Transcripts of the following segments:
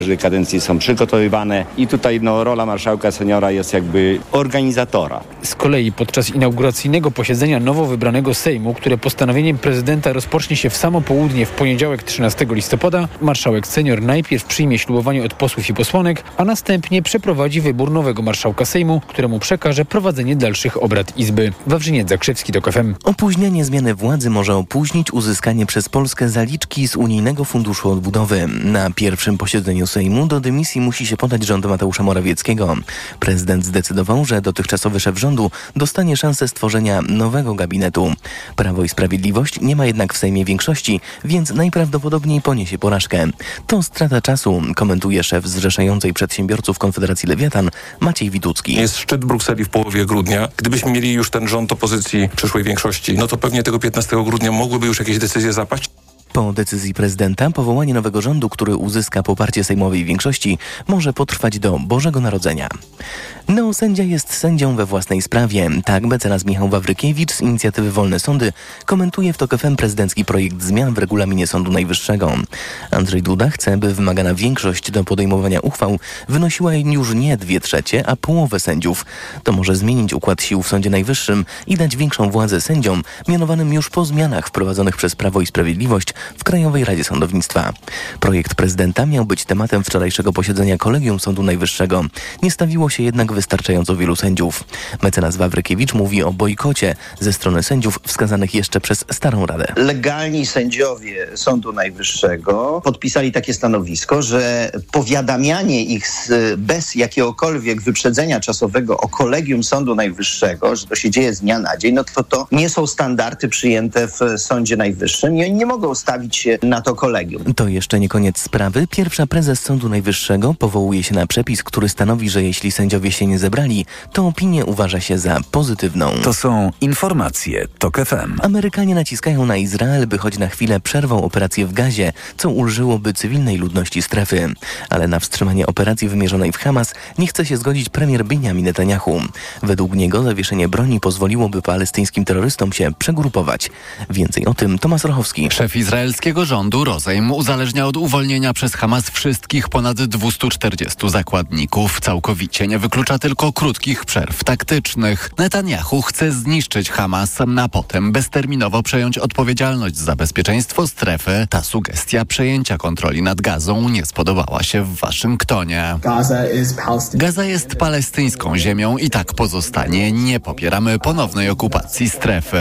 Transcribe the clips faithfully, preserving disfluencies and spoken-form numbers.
kadencje są przygotowywane i tutaj no, rola marszałka seniora jest jakby organizatora. Z kolei podczas inauguracyjnego posiedzenia nowo wybranego Sejmu, które postanowieniem prezydenta rozpocznie się w samo południe w poniedziałek trzynastego listopada, marszałek senior najpierw przyjmie ślubowanie od posłów i posłanek, a następnie przeprowadzi wybór nowego marszałka Sejmu, któremu przekaże prowadzenie dalszych obrad Izby. Wawrzyniec Zakrzewski, TOK F M. Opóźnienie zmiany władzy może opóźnić uzyskanie przez Polskę zaliczki z Unijnego Funduszu Odbudowy. Na pierwszym posiedzeniu Sejmu do dymisji musi się podać rząd Mateusza Morawieckiego. Prezydent zdecydował, że dotychczasowy szef rządu dostanie szansę stworzenia nowego gabinetu. Prawo i Sprawiedliwość nie ma jednak w Sejmie większości, więc najprawdopodobniej poniesie porażkę. To strata czasu, komentuje szef zrzeszającej przedsiębiorców Konfederacji Lewiatan Maciej Witucki. Jest szczyt w Brukseli w połowie grudnia. Gdybyśmy mieli już ten rząd opozycji przyszłej większości, no to pewnie tego piętnastego grudnia mogłyby już jakieś decyzje zapaść. Po decyzji prezydenta powołanie nowego rządu, który uzyska poparcie sejmowej większości, może potrwać do Bożego Narodzenia. Neosędzia jest sędzią we własnej sprawie. Tak mecenas Michał Wawrykiewicz z inicjatywy Wolne Sądy komentuje w TOK F M prezydencki projekt zmian w regulaminie Sądu Najwyższego. Andrzej Duda chce, by wymagana większość do podejmowania uchwał wynosiła już nie dwie trzecie, a połowę sędziów. To może zmienić układ sił w Sądzie Najwyższym i dać większą władzę sędziom mianowanym już po zmianach wprowadzonych przez Prawo i Sprawiedliwość w Krajowej Radzie Sądownictwa. Projekt prezydenta miał być tematem wczorajszego posiedzenia Kolegium Sądu Najwyższego. Nie stawiło się jednak wystarczająco wielu sędziów. Mecenas Wawrykiewicz mówi o bojkocie ze strony sędziów wskazanych jeszcze przez Starą Radę. Legalni sędziowie Sądu Najwyższego podpisali takie stanowisko, że powiadamianie ich z, bez jakiegokolwiek wyprzedzenia czasowego o Kolegium Sądu Najwyższego, że to się dzieje z dnia na dzień, no to to nie są standardy przyjęte w Sądzie Najwyższym i oni nie mogą stawić się na to kolegium. To jeszcze nie koniec sprawy. Pierwsza prezes Sądu Najwyższego powołuje się na przepis, który stanowi, że jeśli sędziowie się nie zebrali, to opinię uważa się za pozytywną. To są informacje TOK F M. Amerykanie naciskają na Izrael, by choć na chwilę przerwał operację w Gazie, co ulżyłoby cywilnej ludności strefy. Ale na wstrzymanie operacji wymierzonej w Hamas nie chce się zgodzić premier Benjamin Netanyahu. Według niego zawieszenie broni pozwoliłoby palestyńskim terrorystom się przegrupować. Więcej o tym Tomasz Rochowski. Szef izraelskiego rządu rozejm uzależnia od uwolnienia przez Hamas wszystkich ponad dwieście czterdziestu zakładników. Całkowicie nie wyklucza tylko krótkich przerw taktycznych. Netanyahu chce zniszczyć Hamas, a potem bezterminowo przejąć odpowiedzialność za bezpieczeństwo strefy. Ta sugestia przejęcia kontroli nad Gazą nie spodobała się w Waszyngtonie. Gaza jest palestyńską ziemią i tak pozostanie. Nie popieramy ponownej okupacji strefy.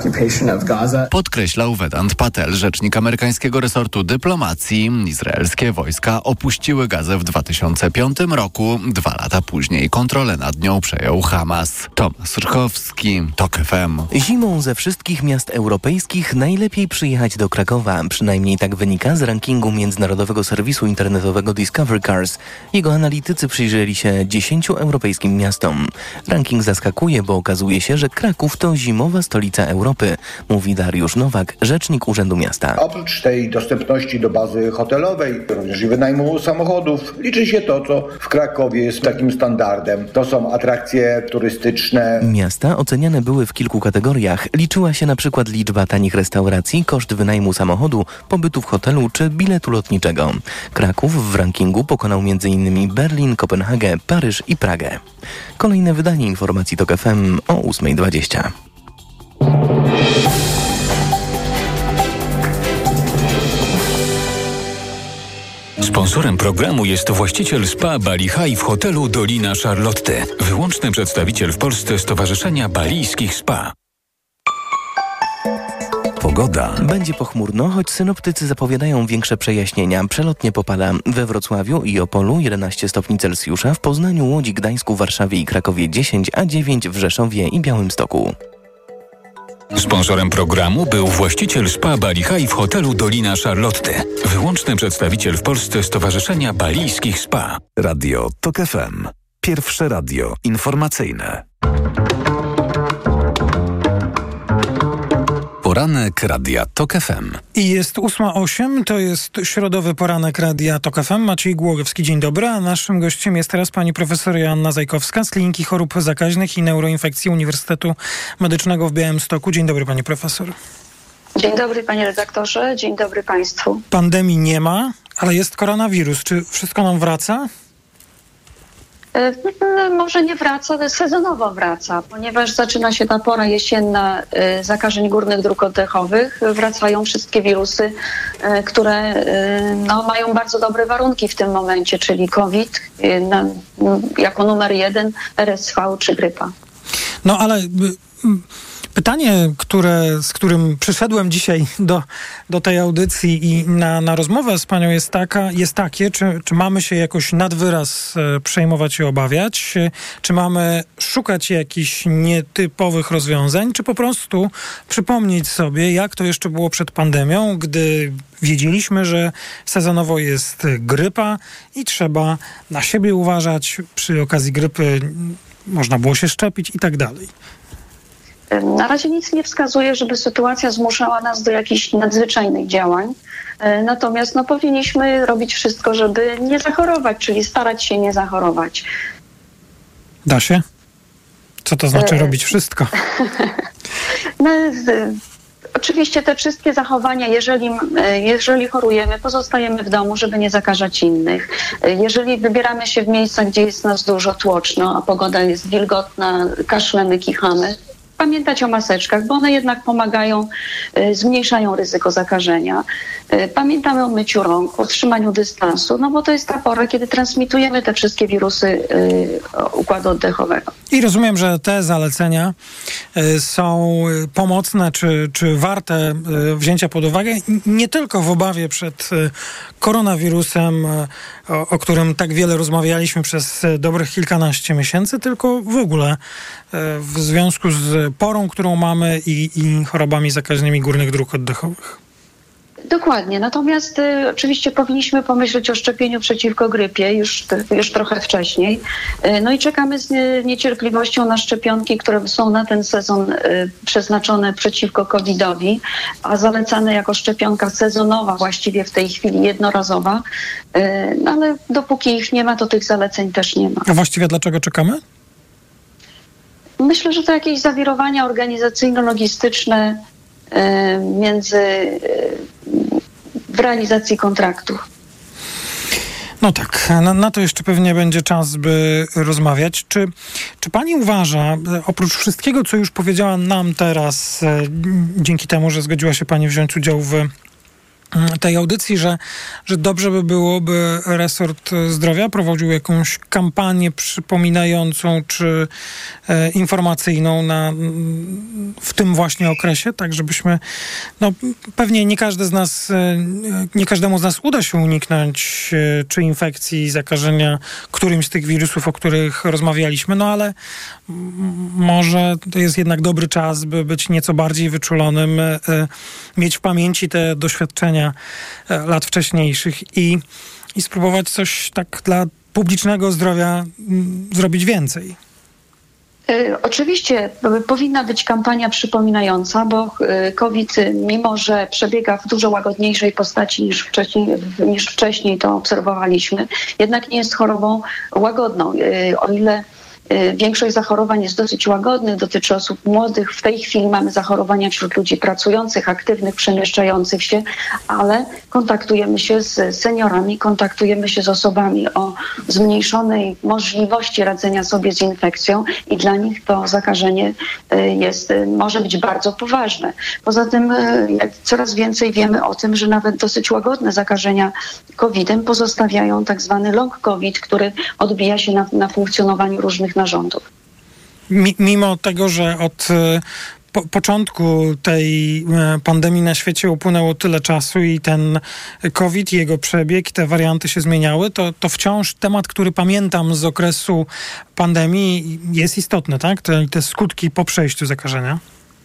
Podkreślał Vedant Patel, rzecznik amerykańskiego resortu dyplomacji. Izraelskie wojska opuściły Gazę w dwa tysiące piątym roku. Dwa lata później kontrolę nad nią przejął Hamas. Tomasz Rchowski, TOK F M. Zimą ze wszystkich miast europejskich najlepiej przyjechać do Krakowa. Przynajmniej tak wynika z rankingu międzynarodowego serwisu internetowego Discovery Cars. Jego analitycy przyjrzeli się dziesięciu europejskim miastom. Ranking zaskakuje, bo okazuje się, że Kraków to zimowa stolica Europy, mówi Dariusz Nowak, rzecznik Urzędu Miasta. Oprócz tej dostępności do bazy hotelowej, również i wynajmu samochodów, liczy się to, co w Krakowie jest takim standardem. To są atrakcje turystyczne. Miasta oceniane były w kilku kategoriach. Liczyła się na przykład liczba tanich restauracji, koszt wynajmu samochodu, pobytu w hotelu czy biletu lotniczego. Kraków w rankingu pokonał m.in. Berlin, Kopenhagę, Paryż i Pragę. Kolejne wydanie informacji TOK F M o ósma dwadzieścia. Sponsorem programu jest właściciel spa Bali High w hotelu Dolina Charlotte. Wyłączny przedstawiciel w Polsce Stowarzyszenia Balijskich Spa. Pogoda. Będzie pochmurno, choć synoptycy zapowiadają większe przejaśnienia. Przelotnie popada we Wrocławiu i Opolu jedenaście stopni Celsjusza, w Poznaniu, Łodzi, Gdańsku, Warszawie i Krakowie dziesięć, a dziewięć w Rzeszowie i Białymstoku. Sponsorem programu był właściciel spa Bali High w hotelu Dolina Charlotte. Wyłączny przedstawiciel w Polsce Stowarzyszenia Balijskich Spa. Radio TOK F M. Pierwsze radio informacyjne. Poranek Radia TOK F M. I jest ósma osiem, to jest środowy poranek Radia TOK F M. Maciej Głogowski, dzień dobry. A naszym gościem jest teraz pani profesor Joanna Zajkowska z Kliniki Chorób Zakaźnych i Neuroinfekcji Uniwersytetu Medycznego w Białymstoku. Dzień dobry, pani profesor. Dzień dobry, panie redaktorze. Dzień dobry państwu. Pandemii nie ma, Ale jest koronawirus. Czy wszystko nam wraca? Może nie wraca, ale sezonowo wraca, ponieważ zaczyna się ta pora jesienna zakażeń górnych dróg oddechowych. Wracają wszystkie wirusy, które no, mają bardzo dobre warunki w tym momencie, czyli COVID na, jako numer jeden, R S V czy grypa. No ale... Pytanie, które, z którym przyszedłem dzisiaj do, do tej audycji i na, na rozmowę z panią jest, taka, jest takie, czy, czy mamy się jakoś nad wyraz e, przejmować i obawiać, czy mamy szukać jakichś nietypowych rozwiązań, czy po prostu przypomnieć sobie, jak to jeszcze było przed pandemią, gdy wiedzieliśmy, że sezonowo jest grypa i trzeba na siebie uważać, przy okazji grypy można było się szczepić i tak dalej. Na razie nic nie wskazuje, żeby sytuacja zmuszała nas do jakichś nadzwyczajnych działań. Natomiast no, powinniśmy robić wszystko, żeby nie zachorować, czyli starać się nie zachorować. Da się? Co to znaczy e... robić wszystko? no, Oczywiście te wszystkie zachowania, jeżeli, jeżeli chorujemy, pozostajemy w domu, żeby nie zakażać innych. Jeżeli wybieramy się w miejsca, gdzie jest nas dużo, tłoczno, a pogoda jest wilgotna, kaszlemy, kichamy, pamiętać o maseczkach, bo one jednak pomagają, zmniejszają ryzyko zakażenia. Pamiętamy o myciu rąk, o trzymaniu dystansu, no bo to jest ta pora, kiedy transmitujemy te wszystkie wirusy układu oddechowego. I rozumiem, że te zalecenia są pomocne, czy, czy warte wzięcia pod uwagę, nie tylko w obawie przed koronawirusem, o, o którym tak wiele rozmawialiśmy przez dobrych kilkanaście miesięcy, tylko w ogóle w związku z porą, którą mamy i, i chorobami zakaźnymi górnych dróg oddechowych. Dokładnie. Natomiast y, oczywiście powinniśmy pomyśleć o szczepieniu przeciwko grypie już, już trochę wcześniej. Y, no i czekamy z nie, niecierpliwością na szczepionki, które są na ten sezon y, przeznaczone przeciwko kowidowi, a zalecane jako szczepionka sezonowa, właściwie w tej chwili jednorazowa. Y, no ale dopóki ich nie ma, to tych zaleceń też nie ma. A właściwie dlaczego czekamy? Myślę, że to jakieś zawirowania organizacyjno-logistyczne między w realizacji kontraktów. No tak, na, na to jeszcze pewnie będzie czas, by rozmawiać. Czy, czy pani uważa, oprócz wszystkiego, co już powiedziała nam teraz, dzięki temu, że zgodziła się pani wziąć udział w tej audycji, że, że dobrze by było, by resort zdrowia prowadził jakąś kampanię przypominającą czy e, informacyjną na, w tym właśnie okresie, tak żebyśmy, no pewnie nie każdy z nas, e, nie każdemu z nas uda się uniknąć e, czy infekcji, zakażenia którymś z tych wirusów, o których rozmawialiśmy, no ale m- może to jest jednak dobry czas, by być nieco bardziej wyczulonym, e, mieć w pamięci te doświadczenia lat wcześniejszych i, i spróbować coś tak dla publicznego zdrowia m, zrobić więcej. Y, oczywiście powinna być kampania przypominająca, bo y, COVID, mimo że przebiega w dużo łagodniejszej postaci niż wcześniej, niż wcześniej to obserwowaliśmy, jednak nie jest chorobą łagodną. Y, o ile większość zachorowań jest dosyć łagodnych, dotyczy osób młodych. W tej chwili mamy zachorowania wśród ludzi pracujących, aktywnych, przemieszczających się, ale kontaktujemy się z seniorami, kontaktujemy się z osobami o zmniejszonej możliwości radzenia sobie z infekcją i dla nich to zakażenie jest, może być bardzo poważne. Poza tym jak coraz więcej wiemy o tym, że nawet dosyć łagodne zakażenia kowidem pozostawiają tak zwany long COVID, który odbija się na, na funkcjonowaniu różnych narządów. Mimo tego, że od po, początku tej pandemii na świecie upłynęło tyle czasu i ten COVID, jego przebieg, te warianty się zmieniały, to, to wciąż temat, który pamiętam z okresu pandemii, jest istotny, tak? Te, te skutki po przejściu zakażenia.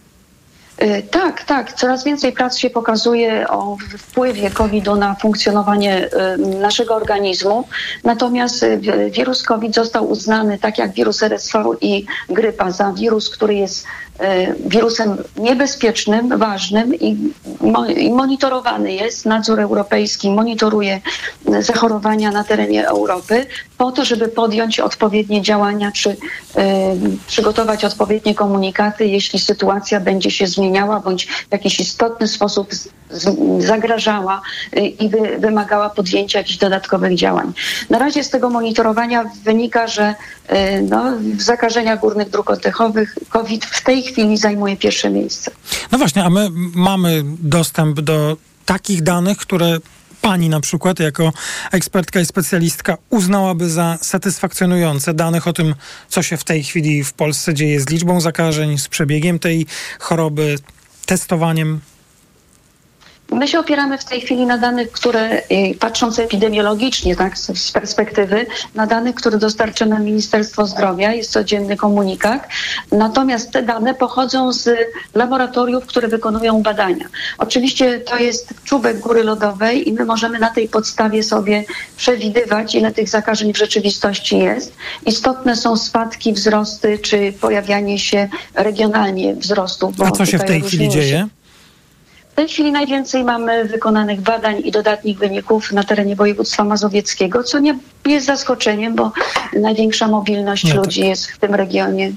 Tak, tak. Coraz więcej prac się pokazuje o wpływie kowida na funkcjonowanie naszego organizmu. Natomiast wirus COVID został uznany, tak jak wirus R S V i grypa, za wirus, który jest wirusem niebezpiecznym, ważnym i, mo- i monitorowany jest. Nadzór europejski monitoruje zachorowania na terenie Europy po to, żeby podjąć odpowiednie działania czy y, przygotować odpowiednie komunikaty, jeśli sytuacja będzie się zmieniać zmieniała bądź w jakiś istotny sposób z, z, zagrażała y, i wy, wymagała podjęcia jakichś dodatkowych działań. Na razie z tego monitorowania wynika, że y, no, w zakażeniach górnych dróg oddechowych COVID w tej chwili zajmuje pierwsze miejsce. No właśnie, a my mamy dostęp do takich danych, które pani na przykład jako ekspertka i specjalistka uznałaby za satysfakcjonujące, danych o tym, co się w tej chwili w Polsce dzieje z liczbą zakażeń, z przebiegiem tej choroby, testowaniem? My się opieramy w tej chwili na danych, które, patrząc epidemiologicznie, tak, z perspektywy, na danych, które dostarcza nam Ministerstwo Zdrowia, jest codzienny komunikat. Natomiast te dane pochodzą z laboratoriów, które wykonują badania. Oczywiście to jest czubek góry lodowej i my możemy na tej podstawie sobie przewidywać, ile tych zakażeń w rzeczywistości jest. Istotne są spadki, wzrosty, czy pojawianie się regionalnie wzrostów. A co się w tej chwili dzieje? W tej chwili najwięcej mamy wykonanych badań i dodatnich wyników na terenie województwa mazowieckiego, co nie jest zaskoczeniem, bo największa mobilność no ludzi tak. jest w tym regionie.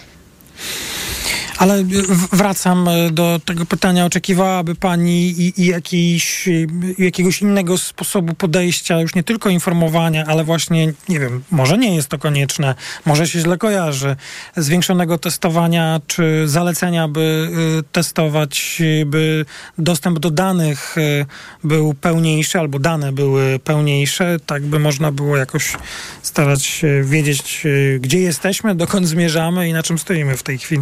Ale wracam do tego pytania. Oczekiwałaby pani i, i jakiejś, jakiegoś innego sposobu podejścia, już nie tylko informowania, ale właśnie, nie wiem, może nie jest to konieczne, może się źle kojarzy, zwiększonego testowania, czy zalecenia, by testować, by dostęp do danych był pełniejszy, albo dane były pełniejsze, tak by można było jakoś starać się wiedzieć, gdzie jesteśmy, dokąd zmierzamy i na czym stoimy w tej chwili.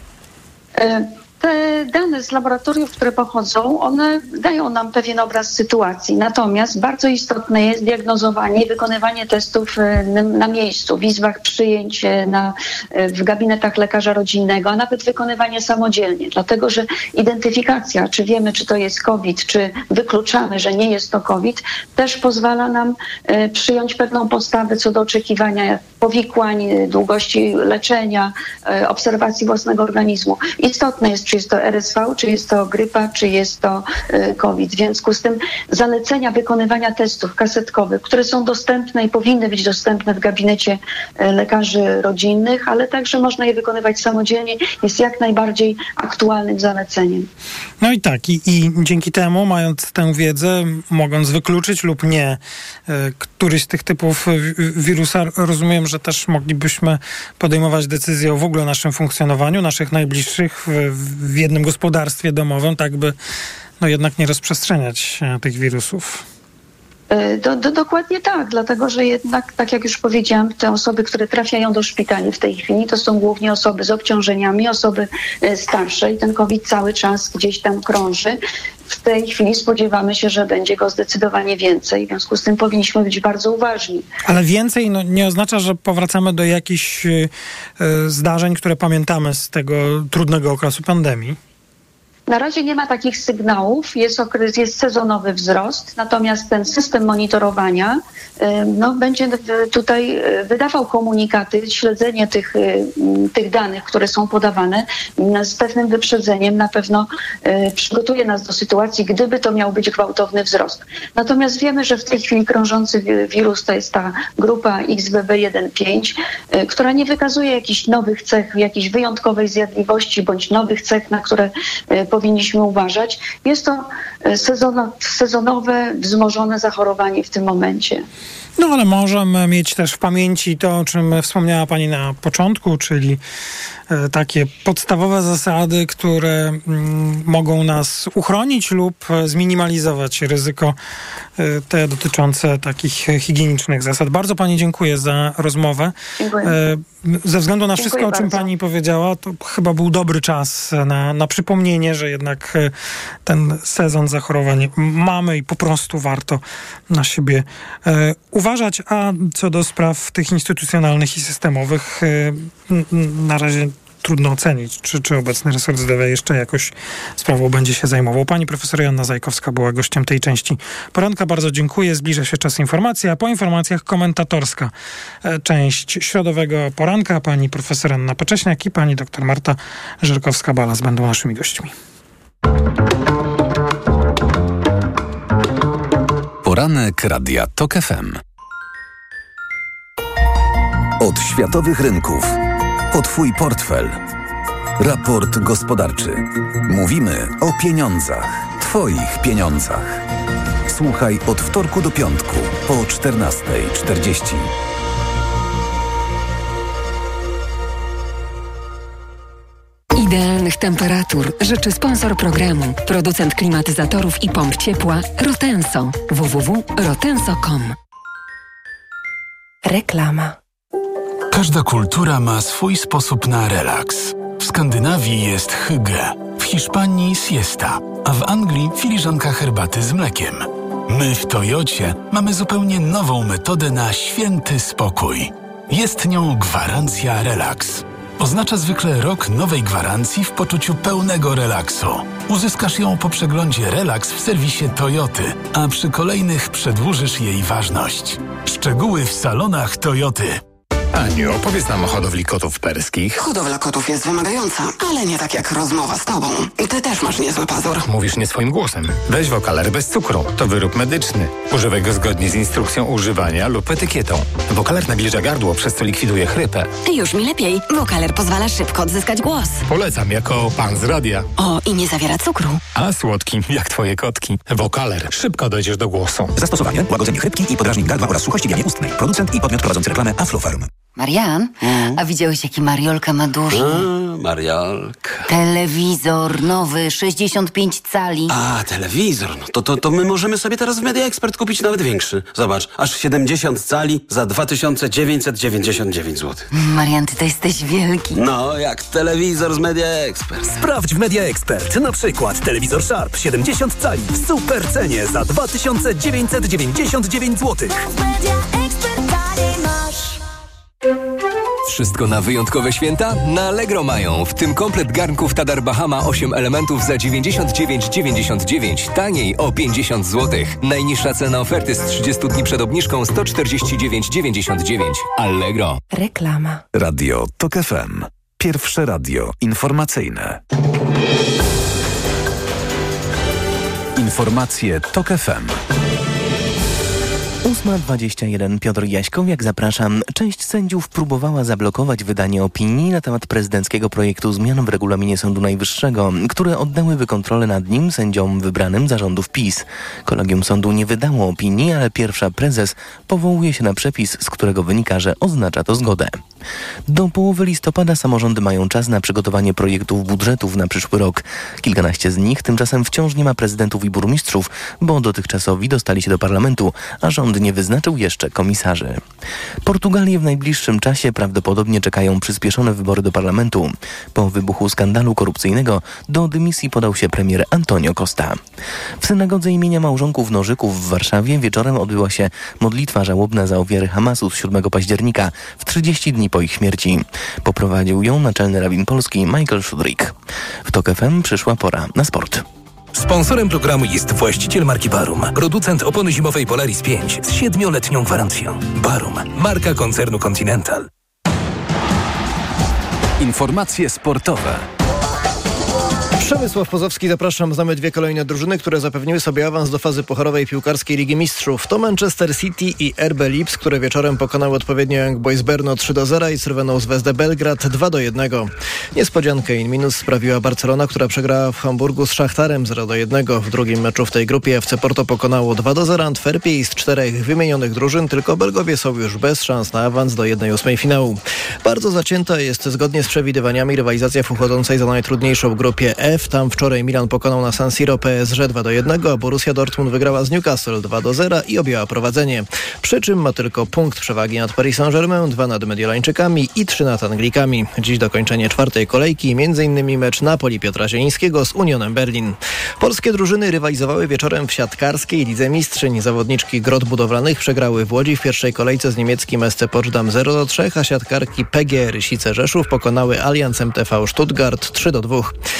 Te dane z laboratoriów, które pochodzą, one dają nam pewien obraz sytuacji. Natomiast bardzo istotne jest diagnozowanie i wykonywanie testów na miejscu, w izbach przyjęć, na, w gabinetach lekarza rodzinnego, a nawet wykonywanie samodzielnie. Dlatego, że identyfikacja, czy wiemy, czy to jest COVID, czy wykluczamy, że nie jest to COVID, też pozwala nam przyjąć pewną postawę co do oczekiwania powikłań, długości leczenia, obserwacji własnego organizmu. Istotne jest, czy jest to R S V, czy jest to grypa, czy jest to COVID. W związku z tym zalecenia wykonywania testów kasetkowych, które są dostępne i powinny być dostępne w gabinecie lekarzy rodzinnych, ale także można je wykonywać samodzielnie, jest jak najbardziej aktualnym zaleceniem. No i tak, i, i dzięki temu, mając tę wiedzę, mogąc wykluczyć lub nie któryś z tych typów wirusa, rozumiem, że też moglibyśmy podejmować decyzje o w ogóle naszym funkcjonowaniu, naszych najbliższych w, w jednym gospodarstwie domowym, tak by no jednak nie rozprzestrzeniać tych wirusów. Do, do, dokładnie tak, dlatego że jednak, tak jak już powiedziałam, te osoby, które trafiają do szpitali w tej chwili, to są głównie osoby z obciążeniami, osoby starsze i ten COVID cały czas gdzieś tam krąży. W tej chwili spodziewamy się, że będzie go zdecydowanie więcej, w związku z tym powinniśmy być bardzo uważni. Ale więcej no, nie oznacza, że powracamy do jakichś y, zdarzeń, które pamiętamy z tego trudnego okresu pandemii. Na razie nie ma takich sygnałów, jest okres, jest sezonowy wzrost, natomiast ten system monitorowania no, będzie tutaj wydawał komunikaty, śledzenie tych, tych danych, które są podawane z pewnym wyprzedzeniem na pewno przygotuje nas do sytuacji, gdyby to miał być gwałtowny wzrost. Natomiast wiemy, że w tej chwili krążący wirus to jest ta grupa X B B jeden pięć, która nie wykazuje jakichś nowych cech, jakiejś wyjątkowej zjadliwości bądź nowych cech, na które powinniśmy uważać. Jest to sezono, sezonowe, wzmożone zachorowanie w tym momencie. No ale możemy mieć też w pamięci to, o czym wspomniała pani na początku, czyli e, takie podstawowe zasady, które mm, mogą nas uchronić lub zminimalizować ryzyko e, te dotyczące takich higienicznych zasad. Bardzo pani dziękuję za rozmowę. Dziękuję. E, ze względu na Dziękuję wszystko, o czym bardzo. pani powiedziała, to chyba był dobry czas na, na przypomnienie, że jednak e, ten sezon zachorowań mamy i po prostu warto na siebie e, uważać, a co do spraw tych instytucjonalnych i systemowych na razie trudno ocenić, czy, czy obecny resort zdrowia jeszcze jakoś sprawą będzie się zajmował. Pani profesor Joanna Zajkowska była gościem tej części poranka. Bardzo dziękuję. Zbliża się czas informacji, a po informacjach komentatorska część środowego poranka. Pani profesor Anna Pacześniak i pani doktor Marta Żerkowska-Balas będą naszymi gośćmi. Poranek Radia Tok F M. Od światowych rynków. O Twój portfel. Raport gospodarczy. Mówimy o pieniądzach. Twoich pieniądzach. Słuchaj od wtorku do piątku po czternasta czterdzieści. Idealnych temperatur życzy sponsor programu, producent klimatyzatorów i pomp ciepła Rotenso. w w w kropka rotenso kropka com. Reklama. Każda kultura ma swój sposób na relaks. W Skandynawii jest hygge, w Hiszpanii siesta, a w Anglii filiżanka herbaty z mlekiem. My w Toyocie mamy zupełnie nową metodę na święty spokój. Jest nią gwarancja relaks. Oznacza zwykle rok nowej gwarancji w poczuciu pełnego relaksu. Uzyskasz ją po przeglądzie Relaks w serwisie Toyoty, a przy kolejnych przedłużysz jej ważność. Szczegóły w salonach Toyoty. Aniu, opowiedz nam o hodowli kotów perskich. Hodowla kotów jest wymagająca, ale nie tak jak rozmowa z tobą. Ty też masz niezły pazur. Mówisz nie swoim głosem. Weź Wokaler bez cukru. To wyrób medyczny. Używaj go zgodnie z instrukcją używania lub etykietą. Wokaler nabliża gardło, przez co likwiduje chrypę. Już mi lepiej. Wokaler pozwala szybko odzyskać głos. Polecam jako pan z radia. O, i nie zawiera cukru. A słodki, jak twoje kotki. Wokaler. Szybko dojdziesz do głosu. Zastosowanie: łagodzenie chrypki i podrażnień gardła oraz suchości w jamie ustnej. Producent i podmiot prowadzący reklamę Aflofarm. Marian, mm. a widziałeś, jaki Mariolka ma duży? A, Mariolka. Telewizor nowy, sześćdziesiąt pięć cali. A, telewizor. No to, to, to my możemy sobie teraz w Media Expert kupić nawet większy. Zobacz, aż siedemdziesiąt cali za dwa tysiące dziewięćset dziewięćdziesiąt dziewięć złotych. Marian, ty to jesteś wielki. No, jak telewizor z Media Expert. Sprawdź w Media Expert. Na przykład telewizor Sharp siedemdziesiąt cali w super cenie za dwa tysiące dziewięćset dziewięćdziesiąt dziewięć złotych. Wszystko na wyjątkowe święta? Na Allegro mają, w tym komplet garnków Tadar Bahama osiem elementów za dziewięćdziesiąt dziewięć dziewięćdziesiąt dziewięć, taniej o pięćdziesiąt złotych. Najniższa cena oferty z trzydziestu dni przed obniżką sto czterdzieści dziewięć dziewięćdziesiąt dziewięć. Allegro. Reklama. Radio TOK F M. Pierwsze radio informacyjne. Informacje TOK F M. ósma dwadzieścia jeden. Piotr Jaśkowiak, zapraszam. Część sędziów próbowała zablokować wydanie opinii na temat prezydenckiego projektu zmian w regulaminie Sądu Najwyższego, które oddałyby kontrolę nad nim sędziom wybranym za rządów PiS. Kolegium Sądu nie wydało opinii, ale pierwsza prezes powołuje się na przepis, z którego wynika, że oznacza to zgodę. Do połowy listopada samorządy mają czas na przygotowanie projektów budżetów na przyszły rok. Kilkanaście z nich tymczasem wciąż nie ma prezydentów i burmistrzów, bo dotychczasowi dostali się do parlamentu, a rząd nie wyznaczył jeszcze komisarzy. Portugalię w najbliższym czasie prawdopodobnie czekają przyspieszone wybory do parlamentu. Po wybuchu skandalu korupcyjnego do dymisji podał się premier Antonio Costa. W synagodze imienia małżonków Nożyków w Warszawie wieczorem odbyła się modlitwa żałobna za ofiary Hamasu z siódmego października w trzydzieści dni po ich śmierci. Poprowadził ją naczelny rabin polski Michael Szudrik. W TOK F M przyszła pora na sport. Sponsorem programu jest właściciel marki Barum, producent opony zimowej Polaris pięć z siedmioletnią gwarancją. Barum, marka koncernu Continental. Informacje sportowe. Przemysław Pozowski, zapraszam. Znamy dwie kolejne drużyny, które zapewniły sobie awans do fazy pucharowej piłkarskiej Ligi Mistrzów. To Manchester City i R B Lipsk, które wieczorem pokonały odpowiednio Young Boys Brno trzy do zera i Crveną Zvezdę Belgrad dwa do jednego. Niespodziankę in minus sprawiła Barcelona, która przegrała w Hamburgu z Szachtarem zero do jednego. W drugim meczu w tej grupie F C Porto pokonało dwa do zera Antwerpię i z czterech wymienionych drużyn tylko Belgowie są już bez szans na awans do jednej ósmej finału. Bardzo zacięta jest zgodnie z przewidywaniami rywalizacja w uchodzącej za najtrudniejszą grupie F. Tam wczoraj Milan pokonał na San Siro P S G dwa do jednego, a Borussia Dortmund wygrała z Newcastle dwa do zera i objęła prowadzenie. Przy czym ma tylko punkt przewagi nad Paris Saint-Germain, dwa nad Mediolańczykami i trzy nad Anglikami. Dziś dokończenie czwartej kolejki, między innymi mecz Napoli Piotra Zielińskiego z Unionem Berlin. Polskie drużyny rywalizowały wieczorem w siatkarskiej Lidze Mistrzyń. Zawodniczki Grot Budowlanych przegrały w Łodzi w pierwszej kolejce z niemieckim S C Poczdam zero do trzech, a siatkarki P G Rysice Rzeszów pokonały Allianz M T V Stuttgart trzy do dwóch. Bez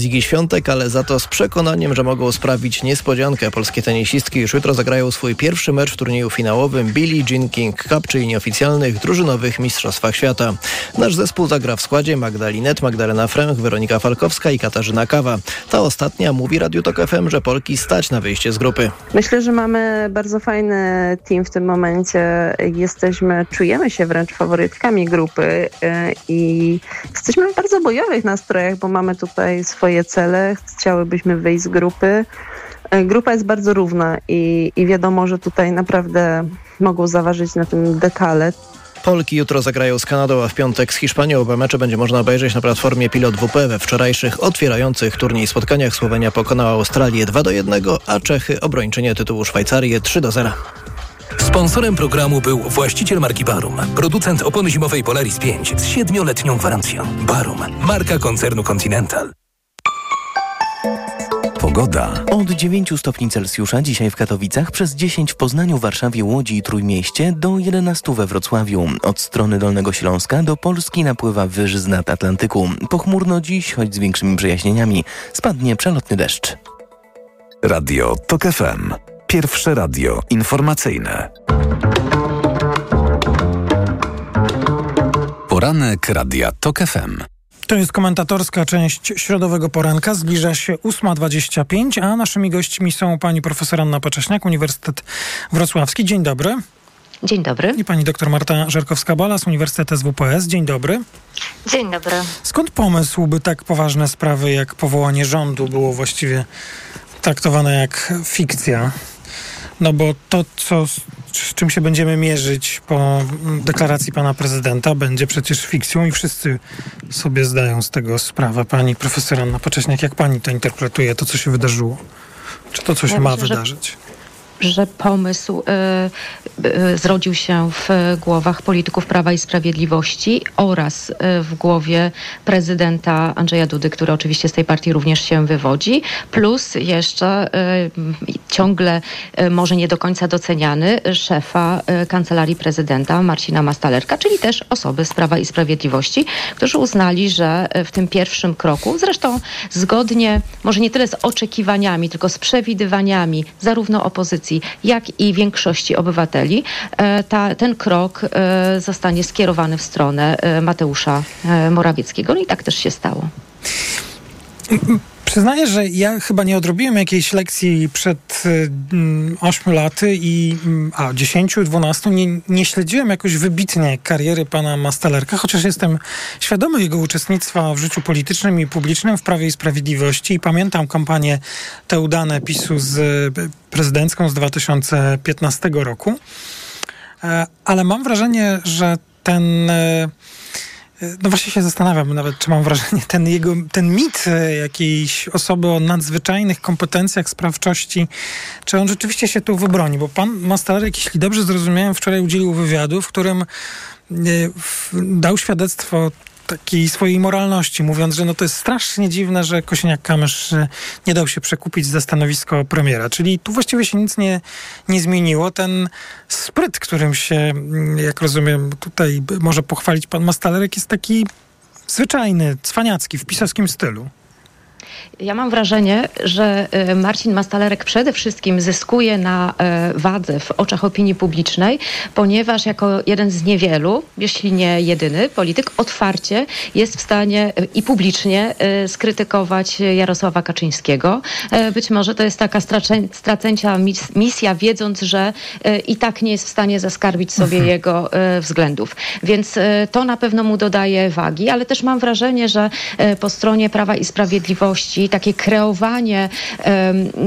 bez Igi Świątek, ale za to z przekonaniem, że mogą sprawić niespodziankę. Polskie tenisistki już jutro zagrają swój pierwszy mecz w turnieju finałowym Billie Jean King Cup, czyli nieoficjalnych drużynowych mistrzostwach świata. Nasz zespół zagra w składzie Magda Linet, Magdalena Fręch, Weronika Falkowska i Katarzyna Kawa. Ta ostatnia mówi Radiu Tok F M, że Polki stać na wyjście z grupy. Myślę, że mamy bardzo fajny team w tym momencie. Jesteśmy, czujemy się wręcz faworytkami grupy i jesteśmy w bardzo bojowych nastrojach, bo mamy tutaj swoje cele. Chciałybyśmy wyjść z grupy. Grupa jest bardzo równa i, i wiadomo, że tutaj naprawdę mogą zaważyć na tym detale. Polki jutro zagrają z Kanadą, a w piątek z Hiszpanią. Oba mecze będzie można obejrzeć na platformie Pilot W P. We wczorajszych otwierających turniej spotkaniach Słowenia pokonała Australię dwa do jednego, a Czechy obrończynię tytułu Szwajcarię trzy do zera. Sponsorem programu był właściciel marki Barum, producent opony zimowej Polaris pięć z siedmioletnią gwarancją. Barum, marka koncernu Continental. Pogoda. Od dziewięciu stopni Celsjusza dzisiaj w Katowicach, przez dziesięć w Poznaniu, Warszawie, Łodzi i Trójmieście, do jedenastu we Wrocławiu. Od strony Dolnego Śląska do Polski napływa wyż z nad Atlantyku. Pochmurno dziś, choć z większymi przejaśnieniami. Spadnie przelotny deszcz. Radio Tok F M. Pierwsze radio informacyjne. Poranek Radia Tok F M. To jest komentatorska część środowego poranka. Zbliża się ósma dwadzieścia pięć, a naszymi gośćmi są pani profesor Anna Pacześniak, Uniwersytet Wrocławski. Dzień dobry. Dzień dobry. I pani doktor Marta Żerkowska-Balas, Uniwersytet S W P S. Dzień dobry. Dzień dobry. Skąd pomysł, by tak poważne sprawy jak powołanie rządu było właściwie traktowane jak fikcja? No bo to, co, z czym się będziemy mierzyć po deklaracji pana prezydenta, będzie przecież fikcją i wszyscy sobie zdają z tego sprawę. Pani profesor Anna Pacześniak, jak pani to interpretuje, to co się wydarzyło? Czy to, co się ja ma myślę, wydarzyć? Że... że pomysł y, y, zrodził się w głowach polityków Prawa i Sprawiedliwości oraz y, w głowie prezydenta Andrzeja Dudy, który oczywiście z tej partii również się wywodzi, plus jeszcze y, ciągle y, może nie do końca doceniany szefa y, Kancelarii Prezydenta Marcina Mastalerka, czyli też osoby z Prawa i Sprawiedliwości, którzy uznali, że w tym pierwszym kroku, zresztą zgodnie, może nie tyle z oczekiwaniami, tylko z przewidywaniami zarówno opozycji, jak i większości obywateli, ta, ten krok zostanie skierowany w stronę Mateusza Morawieckiego. No i tak też się stało. Przyznaję, że ja chyba nie odrobiłem jakiejś lekcji przed ośmiu laty i a dziesięciu, dwunastu nie, nie śledziłem jakoś wybitnie kariery pana Mastalerka, chociaż jestem świadomy jego uczestnictwa w życiu politycznym i publicznym w Prawie i Sprawiedliwości i pamiętam kampanię te udane PiSu z prezydencką z dwa tysiące piętnastego roku. Ale mam wrażenie, że ten... No właśnie się zastanawiam nawet, czy mam wrażenie, ten jego, ten mit jakiejś osoby o nadzwyczajnych kompetencjach, sprawczości, czy on rzeczywiście się tu wybroni? Bo pan Mastalerek, jeśli dobrze zrozumiałem, wczoraj udzielił wywiadu, w którym dał świadectwo takiej swojej moralności, mówiąc, że no to jest strasznie dziwne, że Kosiniak-Kamysz nie dał się przekupić za stanowisko premiera. Czyli tu właściwie się nic nie, nie zmieniło. Ten spryt, którym się, jak rozumiem, tutaj może pochwalić pan Mastalerek, jest taki zwyczajny, cwaniacki, w pisowskim stylu. Ja mam wrażenie, że Marcin Mastalerek przede wszystkim zyskuje na wadze w oczach opinii publicznej, ponieważ jako jeden z niewielu, jeśli nie jedyny polityk, otwarcie jest w stanie i publicznie skrytykować Jarosława Kaczyńskiego. Być może to jest taka straceńcza misja, wiedząc, że i tak nie jest w stanie zaskarbić sobie mhm. jego względów. Więc to na pewno mu dodaje wagi, ale też mam wrażenie, że po stronie Prawa i Sprawiedliwości takie kreowanie um,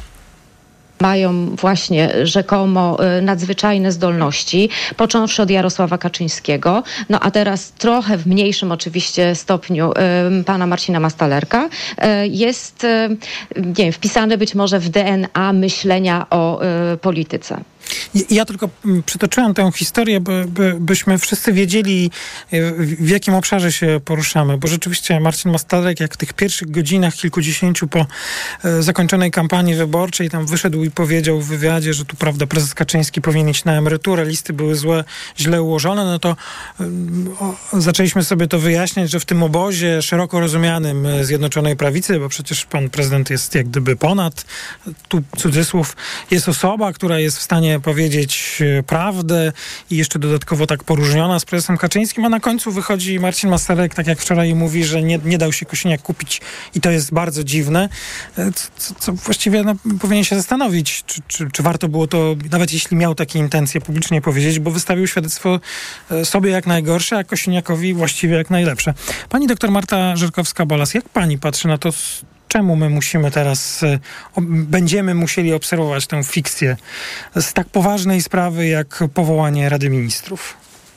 mają właśnie rzekomo nadzwyczajne zdolności, począwszy od Jarosława Kaczyńskiego, no a teraz trochę w mniejszym oczywiście stopniu pana Marcina Mastalerka, jest nie wiem, wpisane być może w D N A myślenia o polityce. Ja tylko przytoczyłem tę historię, by, by, byśmy wszyscy wiedzieli, w jakim obszarze się poruszamy, bo rzeczywiście Marcin Mastalek, jak w tych pierwszych godzinach, kilkudziesięciu po zakończonej kampanii wyborczej, tam wyszedł i powiedział w wywiadzie, że tu, prawda, prezes Kaczyński powinien iść na emeryturę, listy były złe, źle ułożone, no to o, zaczęliśmy sobie to wyjaśniać, że w tym obozie szeroko rozumianym Zjednoczonej Prawicy, bo przecież pan prezydent jest jak gdyby ponad, tu cudzysłów, jest osoba, która jest w stanie powiedzieć prawdę i jeszcze dodatkowo tak poróżniona z prezesem Kaczyńskim, a na końcu wychodzi Marcin Mastalek, tak jak wczoraj, i mówi, że nie, nie dał się Kosiniak kupić i to jest bardzo dziwne, co, co właściwie no, powinien się zastanowić, czy, czy, czy warto było to, nawet jeśli miał takie intencje, publicznie powiedzieć, bo wystawił świadectwo sobie jak najgorsze, a Kosiniakowi właściwie jak najlepsze. Pani doktor Marta Żerkowska-Balas, jak pani patrzy na to, czemu my musimy teraz, o, będziemy musieli obserwować tę fikcję z tak poważnej sprawy jak powołanie Rady Ministrów?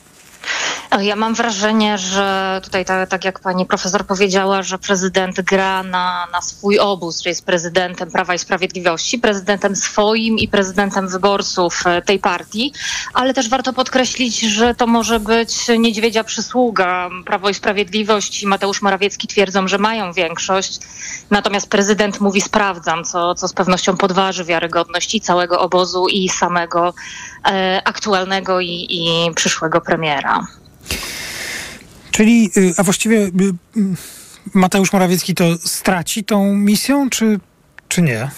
Ja mam wrażenie, że tutaj tak, tak jak pani profesor powiedziała, że prezydent gra na, na swój obóz, czyli jest prezydentem Prawa i Sprawiedliwości, prezydentem swoim i prezydentem wyborców tej partii, ale też warto podkreślić, że to może być niedźwiedzia przysługa. Prawo i Sprawiedliwość i Mateusz Morawiecki twierdzą, że mają większość, natomiast prezydent mówi sprawdzam, co, co z pewnością podważy wiarygodność i całego obozu i samego e, aktualnego i, i przyszłego premiera. Czyli, a właściwie Mateusz Morawiecki to straci tą misją, czy, czy nie?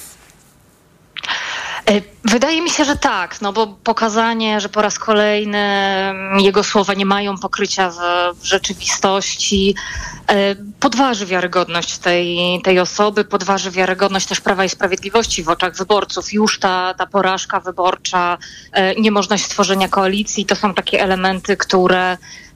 Wydaje mi się, że tak, no bo pokazanie, że po raz kolejny jego słowa nie mają pokrycia w, w rzeczywistości, podważy wiarygodność tej, tej osoby, podważy wiarygodność też Prawa i Sprawiedliwości w oczach wyborców. Już ta, ta porażka wyborcza, niemożność stworzenia koalicji, to są takie elementy, które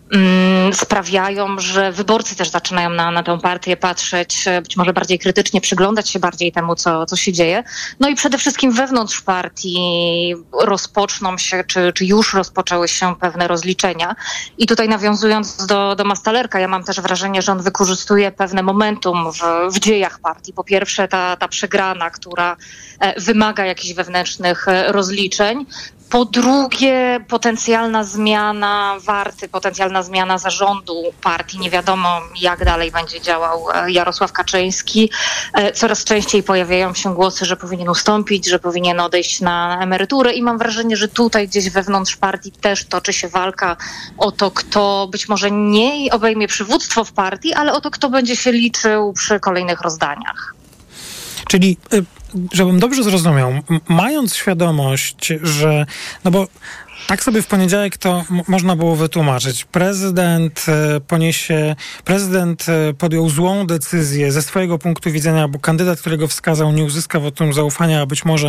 sprawiają, że wyborcy też zaczynają na, na tę partię patrzeć być może bardziej krytycznie, przyglądać się bardziej temu, co, co się dzieje. No i przede wszystkim wewnątrz partii rozpoczną się, czy, czy już rozpoczęły się pewne rozliczenia. I tutaj nawiązując do, do Mastalerka, ja mam też wrażenie, że on wykorzystuje pewne momentum w, w dziejach partii. Po pierwsze ta, ta przegrana, która wymaga jakichś wewnętrznych rozliczeń. Po drugie, potencjalna zmiana Warty, potencjalna zmiana zarządu partii. Nie wiadomo, jak dalej będzie działał Jarosław Kaczyński. Coraz częściej pojawiają się głosy, że powinien ustąpić, że powinien odejść na emeryturę i mam wrażenie, że tutaj gdzieś wewnątrz partii też toczy się walka o to, kto być może nie obejmie przywództwo w partii, ale o to, kto będzie się liczył przy kolejnych rozdaniach. Czyli, żebym dobrze zrozumiał, mając świadomość, że, no bo tak sobie w poniedziałek to m- można było wytłumaczyć. Prezydent e, poniesie, prezydent e, podjął złą decyzję ze swojego punktu widzenia, bo kandydat, którego wskazał, nie uzyska wotum zaufania, a być może e,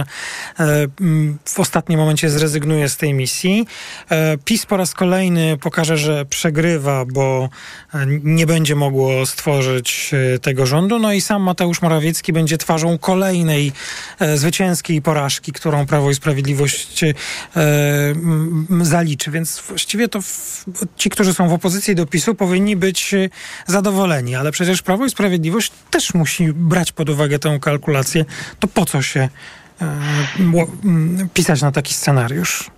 m, w ostatnim momencie zrezygnuje z tej misji. E, PiS po raz kolejny pokaże, że przegrywa, bo e, nie będzie mogło stworzyć e, tego rządu. No i sam Mateusz Morawiecki będzie twarzą kolejnej e, zwycięskiej porażki, którą Prawo i Sprawiedliwość e, m, zaliczy, więc właściwie to w, ci, którzy są w opozycji do PiSu, powinni być zadowoleni, ale przecież Prawo i Sprawiedliwość też musi brać pod uwagę tę kalkulację. To po co się e, m, pisać na taki scenariusz?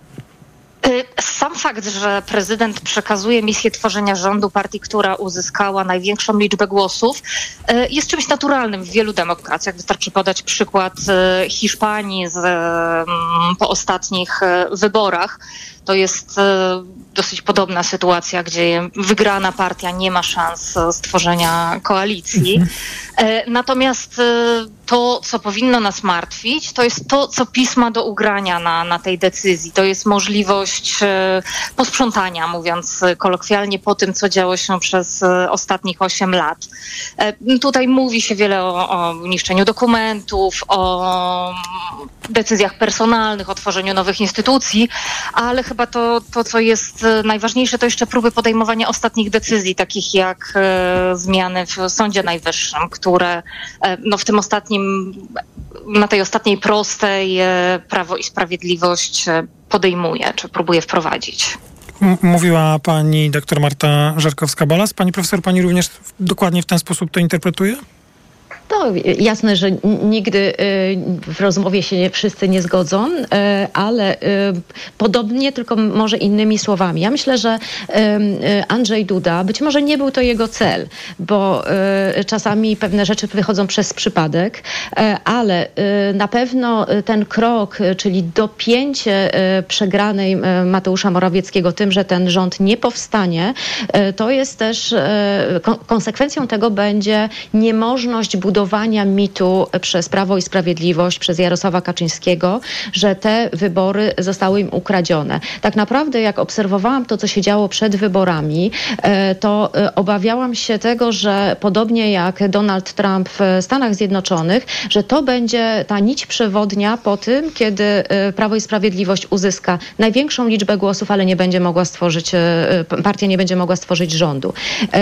Sam fakt, że prezydent przekazuje misję tworzenia rządu partii, która uzyskała największą liczbę głosów, jest czymś naturalnym w wielu demokracjach. Wystarczy podać przykład Hiszpanii z, po ostatnich wyborach. To jest dosyć podobna sytuacja, gdzie wygrana partia nie ma szans stworzenia koalicji. Natomiast to, co powinno nas martwić, to jest to, co PiS ma do ugrania na, na tej decyzji. To jest możliwość posprzątania, mówiąc kolokwialnie, po tym, co działo się przez ostatnich osiem lat. Tutaj mówi się wiele o, o niszczeniu dokumentów, o decyzjach personalnych, o tworzeniu nowych instytucji, ale chyba to, to co jest najważniejsze, to jeszcze próby podejmowania ostatnich decyzji, takich jak e, zmiany w Sądzie Najwyższym, które e, no, w tym ostatnim, na tej ostatniej prostej e, Prawo i Sprawiedliwość e, podejmuje, czy próbuje wprowadzić. M- mówiła pani doktor Marta Żerkowska-Balas. Pani profesor, pani również dokładnie w ten sposób to interpretuje? To jasne, że nigdy w rozmowie się wszyscy nie zgodzą, ale podobnie, tylko może innymi słowami. Ja myślę, że Andrzej Duda, być może nie był to jego cel, bo czasami pewne rzeczy wychodzą przez przypadek, ale na pewno ten krok, czyli dopięcie przegranej Mateusza Morawieckiego tym, że ten rząd nie powstanie, to jest też konsekwencją tego będzie niemożność budowania mitu przez Prawo i Sprawiedliwość, przez Jarosława Kaczyńskiego, że te wybory zostały im ukradzione. Tak naprawdę, jak obserwowałam to, co się działo przed wyborami, to obawiałam się tego, że podobnie jak Donald Trump w Stanach Zjednoczonych, że to będzie ta nić przewodnia po tym, kiedy Prawo i Sprawiedliwość uzyska największą liczbę głosów, ale nie będzie mogła stworzyć, partia nie będzie mogła stworzyć rządu.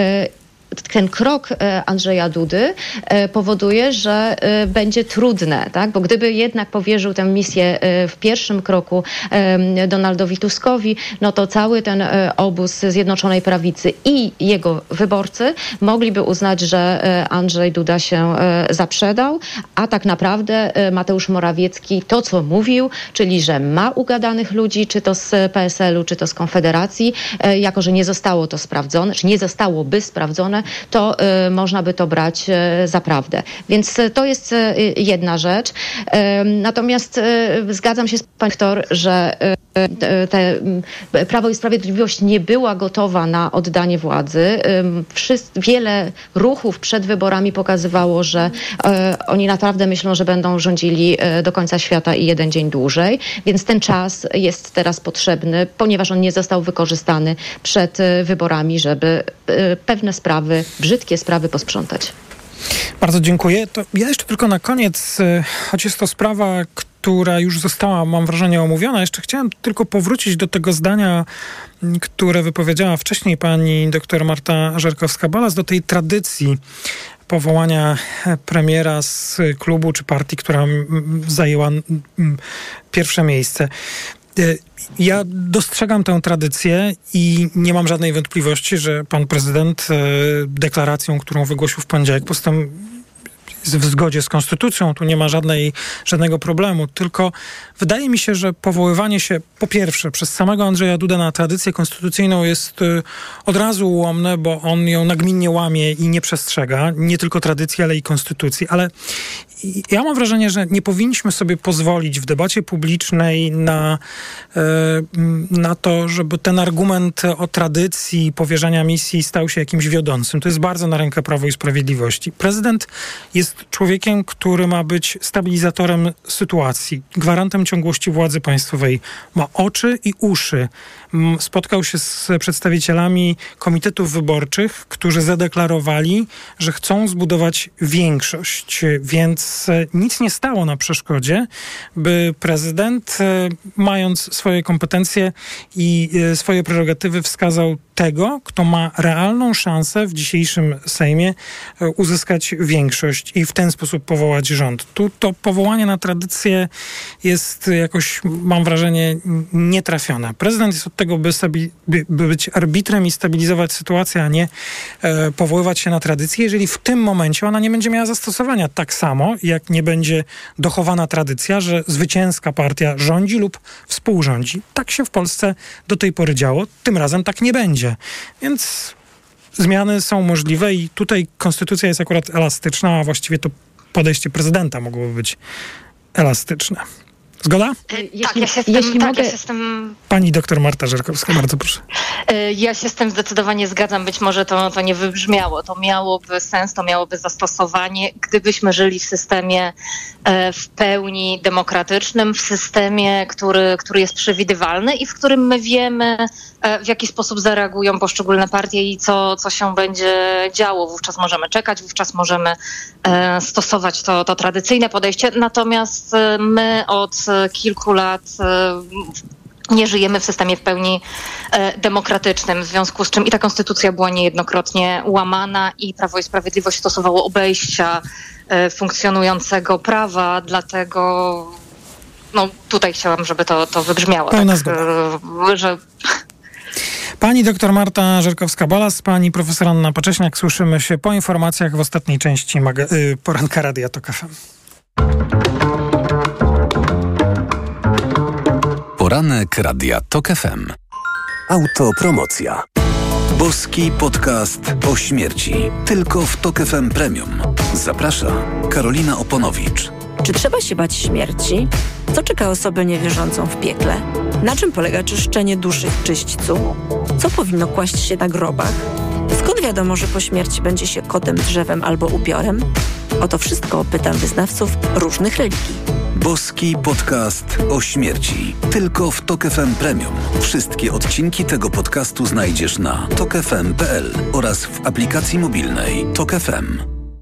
Ten krok Andrzeja Dudy powoduje, że będzie trudne, tak? Bo gdyby jednak powierzył tę misję w pierwszym kroku Donaldowi Tuskowi, no to cały ten obóz Zjednoczonej Prawicy i jego wyborcy mogliby uznać, że Andrzej Duda się zaprzedał, a tak naprawdę Mateusz Morawiecki to, co mówił, czyli że ma ugadanych ludzi, czy to z P S L u, czy to z Konfederacji, jako że nie zostało to sprawdzone, czy nie zostałoby sprawdzone, to y, można by to y, za prawdę. Więc y, to jest y, jedna rzecz. Y, natomiast y, zgadzam się z panem doktor, że y, te, y, Prawo i Sprawiedliwość nie była gotowa na oddanie władzy. Y, wszyscy, wiele ruchów przed wyborami pokazywało, że y, oni naprawdę myślą, że będą rządzili y, do końca świata i jeden dzień dłużej. Więc ten czas jest teraz potrzebny, ponieważ on nie został wykorzystany przed y, wyborami, żeby y, pewne sprawy, brzydkie sprawy posprzątać. Bardzo dziękuję. To ja jeszcze tylko na koniec, choć jest to sprawa, która już została, mam wrażenie, omówiona, jeszcze chciałem tylko powrócić do tego zdania, które wypowiedziała wcześniej pani doktor Marta Żerkowska-Balaz, do tej tradycji powołania premiera z klubu czy partii, która zajęła pierwsze miejsce. Ja dostrzegam tę tradycję i nie mam żadnej wątpliwości, że pan prezydent deklaracją, którą wygłosił w poniedziałek, postęp w zgodzie z konstytucją, tu nie ma żadnej, żadnego problemu, tylko wydaje mi się, że powoływanie się po pierwsze przez samego Andrzeja Dudę na tradycję konstytucyjną jest od razu ułomne, bo on ją nagminnie łamie i nie przestrzega, nie tylko tradycji, ale i konstytucji, ale ja mam wrażenie, że nie powinniśmy sobie pozwolić w debacie publicznej na, na to, żeby ten argument o tradycji powierzania misji stał się jakimś wiodącym. To jest bardzo na rękę Prawo i Sprawiedliwości. Prezydent jest człowiekiem, który ma być stabilizatorem sytuacji, gwarantem ciągłości władzy państwowej. Ma oczy i uszy. Spotkał się z przedstawicielami komitetów wyborczych, którzy zadeklarowali, że chcą zbudować większość, więc nic nie stało na przeszkodzie, by prezydent, mając swoje kompetencje i swoje prerogatywy, wskazał tego, kto ma realną szansę w dzisiejszym Sejmie uzyskać większość i w ten sposób powołać rząd. Tu to powołanie na tradycję jest jakoś, mam wrażenie, nietrafione. Prezydent jest od tego, by, stabi- by, by być arbitrem i stabilizować sytuację, a nie e, powoływać się na tradycję, jeżeli w tym momencie ona nie będzie miała zastosowania. Tak samo, jak nie będzie dochowana tradycja, że zwycięska partia rządzi lub współrządzi. Tak się w Polsce do tej pory działo. Tym razem tak nie będzie. Więc zmiany są możliwe i tutaj konstytucja jest akurat elastyczna, a właściwie to podejście prezydenta mogłoby być elastyczne. Zgoda? Jeśli, tak, ja się z tym, jeśli tak, mogę... ja się z tym... Pani doktor Marta Żerkowska, bardzo proszę. Ja się z tym zdecydowanie zgadzam. Być może to, to nie wybrzmiało. To miałoby sens, to miałoby zastosowanie, gdybyśmy żyli w systemie w pełni demokratycznym, w systemie, który, który jest przewidywalny i w którym my wiemy, w jaki sposób zareagują poszczególne partie i co, co się będzie działo. Wówczas możemy czekać, wówczas możemy stosować to, to tradycyjne podejście. Natomiast my od kilku lat nie żyjemy w systemie w pełni e, demokratycznym, w związku z czym i ta konstytucja była niejednokrotnie łamana i Prawo i Sprawiedliwość stosowało obejścia e, funkcjonującego prawa, dlatego no, tutaj chciałam, żeby to, to wybrzmiało. Pełna tak, zgoda. e, że... Pani doktor Marta Żerkowska-Balas, pani profesor Anna Pacześniak. Słyszymy się po informacjach w ostatniej części maga- y, poranka Radia Tok F M. Poranek Radia Tok F M. Autopromocja. Boski podcast o śmierci. Tylko w Tok F M Premium. Zaprasza Karolina Oponowicz. Czy trzeba się bać śmierci? Co czeka osobę niewierzącą w piekle? Na czym polega czyszczenie duszy w czyśćcu? Co powinno kłaść się na grobach? Skąd wiadomo, że po śmierci będzie się kotem, drzewem albo upiorem? O to wszystko pytam wyznawców różnych religii. Boski podcast o śmierci. Tylko w Tok F M Premium. Wszystkie odcinki tego podcastu znajdziesz na tok f m kropka p l oraz w aplikacji mobilnej Tok F M.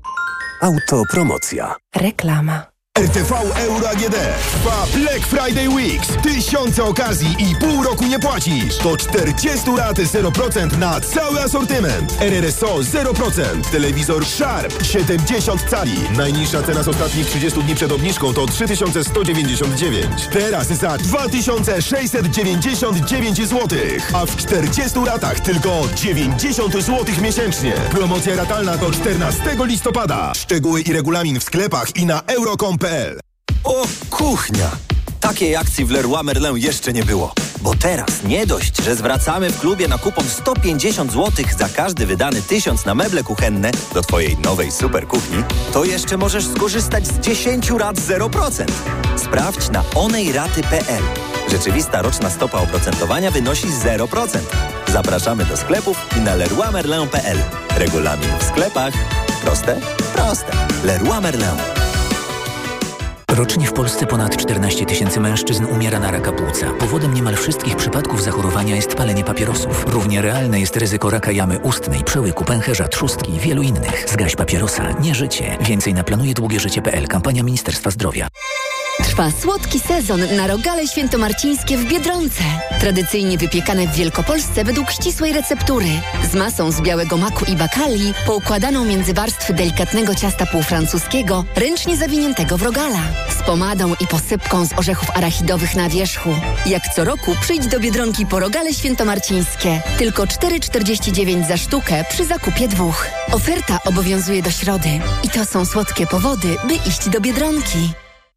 Autopromocja. Reklama. R T V Euro A G D. Trwa Black Friday Weeks. Tysiące okazji i pół roku nie płacisz. To czterdzieści rat zero procent na cały asortyment. R R S O zero procent. Telewizor Sharp siedemdziesiąt cali. Najniższa cena z ostatnich trzydziestu dni przed obniżką to trzy tysiące sto dziewięćdziesiąt dziewięć. Teraz za dwa tysiące sześćset dziewięćdziesiąt dziewięć złotych. A w czterdziestu ratach tylko dziewięćdziesiąt złotych miesięcznie. Promocja ratalna do czternastego listopada. Szczegóły i regulamin w sklepach i na euro kropka com kropka p l. O, kuchnia! Takiej akcji w Leroy Merlin jeszcze nie było. Bo teraz nie dość, że zwracamy w klubie na kupon sto pięćdziesiąt złotych za każdy wydany tysiąc na meble kuchenne do twojej nowej super kuchni, to jeszcze możesz skorzystać z dziesięciu rat zero procent. Sprawdź na onejraty kropka p l. Rzeczywista roczna stopa oprocentowania wynosi zero procent. Zapraszamy do sklepów i na leroy merlin kropka p l. Regulamin w sklepach. Proste? Proste. Leroy Merlin. Rocznie w Polsce ponad czternaście tysięcy mężczyzn umiera na raka płuca. Powodem niemal wszystkich przypadków zachorowania jest palenie papierosów. Równie realne jest ryzyko raka jamy ustnej, przełyku, pęcherza, trzustki i wielu innych. Zgaś papierosa, nie życie. Więcej na planuje długie życie kropka p l. Kampania Ministerstwa Zdrowia. Trwa słodki sezon na rogale świętomarcińskie w Biedronce. Tradycyjnie wypiekane w Wielkopolsce według ścisłej receptury. Z masą z białego maku i bakali, poukładaną między warstwy delikatnego ciasta półfrancuskiego, ręcznie zawiniętego w rogala. Z pomadą i posypką z orzechów arachidowych na wierzchu. Jak co roku przyjdź do Biedronki po rogale świętomarcińskie. Tylko cztery czterdzieści dziewięć za sztukę przy zakupie dwóch. Oferta obowiązuje do środy. I to są słodkie powody, by iść do Biedronki.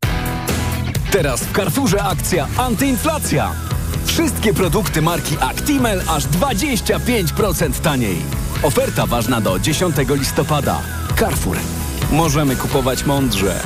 Teraz w Carrefourze akcja antyinflacja. Wszystkie produkty marki Actimel aż dwadzieścia pięć procent taniej. Oferta ważna do dziesiątego listopada. Carrefour. Możemy kupować mądrze.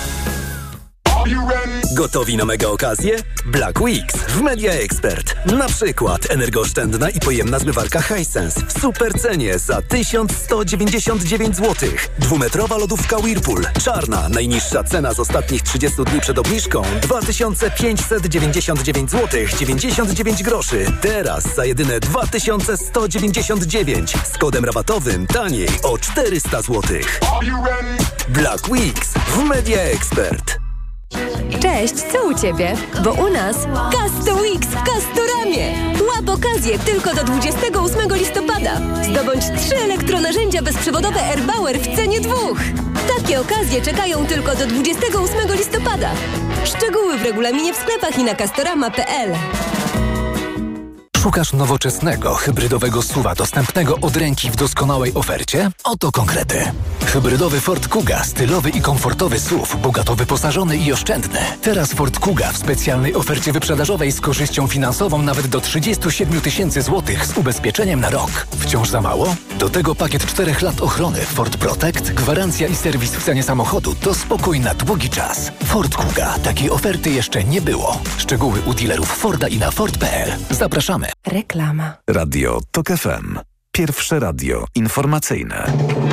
Gotowi na mega okazję? Black Weeks w Media Expert. Na przykład energooszczędna i pojemna zmywarka Hisense w super cenie za tysiąc sto dziewięćdziesiąt dziewięć złotych. Dwumetrowa lodówka Whirlpool. Czarna. Najniższa cena z ostatnich trzydziestu dni przed obniżką dwa tysiące pięćset dziewięćdziesiąt dziewięć złotych dziewięćdziesiąt dziewięć groszy. Teraz za jedyne dwa tysiące sto dziewięćdziesiąt dziewięć. Z kodem rabatowym taniej o czterysta złotych. Black Weeks w Media Expert. Cześć, co u Ciebie? Bo u nas Casto Weeks w Castoramie. Łap okazję tylko do dwudziestego ósmego listopada. Zdobądź trzy elektronarzędzia bezprzewodowe AirBauer w cenie dwóch. Takie okazje czekają tylko do dwudziestego ósmego listopada. Szczegóły w regulaminie w sklepach i na castorama kropka p l. Szukasz nowoczesnego, hybrydowego suwa dostępnego od ręki w doskonałej ofercie? Oto konkrety. Hybrydowy Ford Kuga, stylowy i komfortowy S U V, bogato wyposażony i oszczędny. Teraz Ford Kuga w specjalnej ofercie wyprzedażowej z korzyścią finansową nawet do trzydzieści siedem tysięcy złotych z ubezpieczeniem na rok. Wciąż za mało? Do tego pakiet czterech lat ochrony Ford Protect, gwarancja i serwis w cenie samochodu to spokój na długi czas. Ford Kuga. Takiej oferty jeszcze nie było. Szczegóły u dealerów Forda i na Ford kropka p l. Zapraszamy. Reklama. Radio Tok F M. Pierwsze radio informacyjne.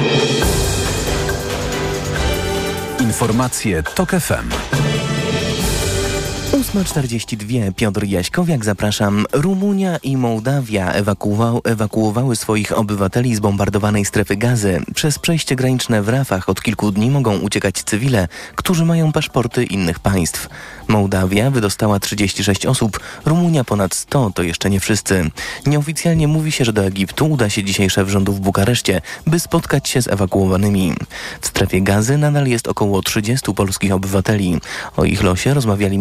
Informacje Tok F M. ósma czterdzieści dwa. Piotr Jaśkowiak, zapraszam. Rumunia i Mołdawia ewakuował, ewakuowały swoich obywateli z bombardowanej strefy Gazy. Przez przejście graniczne w Rafach od kilku dni mogą uciekać cywile, którzy mają paszporty innych państw. Mołdawia wydostała trzydzieści sześć osób, Rumunia ponad sto, to jeszcze nie wszyscy. Nieoficjalnie mówi się, że do Egiptu uda się dzisiaj szef rządu w Bukareszcie, by spotkać się z ewakuowanymi. W strefie Gazy nadal jest około trzydziestu polskich obywateli. O ich losie rozmawiali ministrowie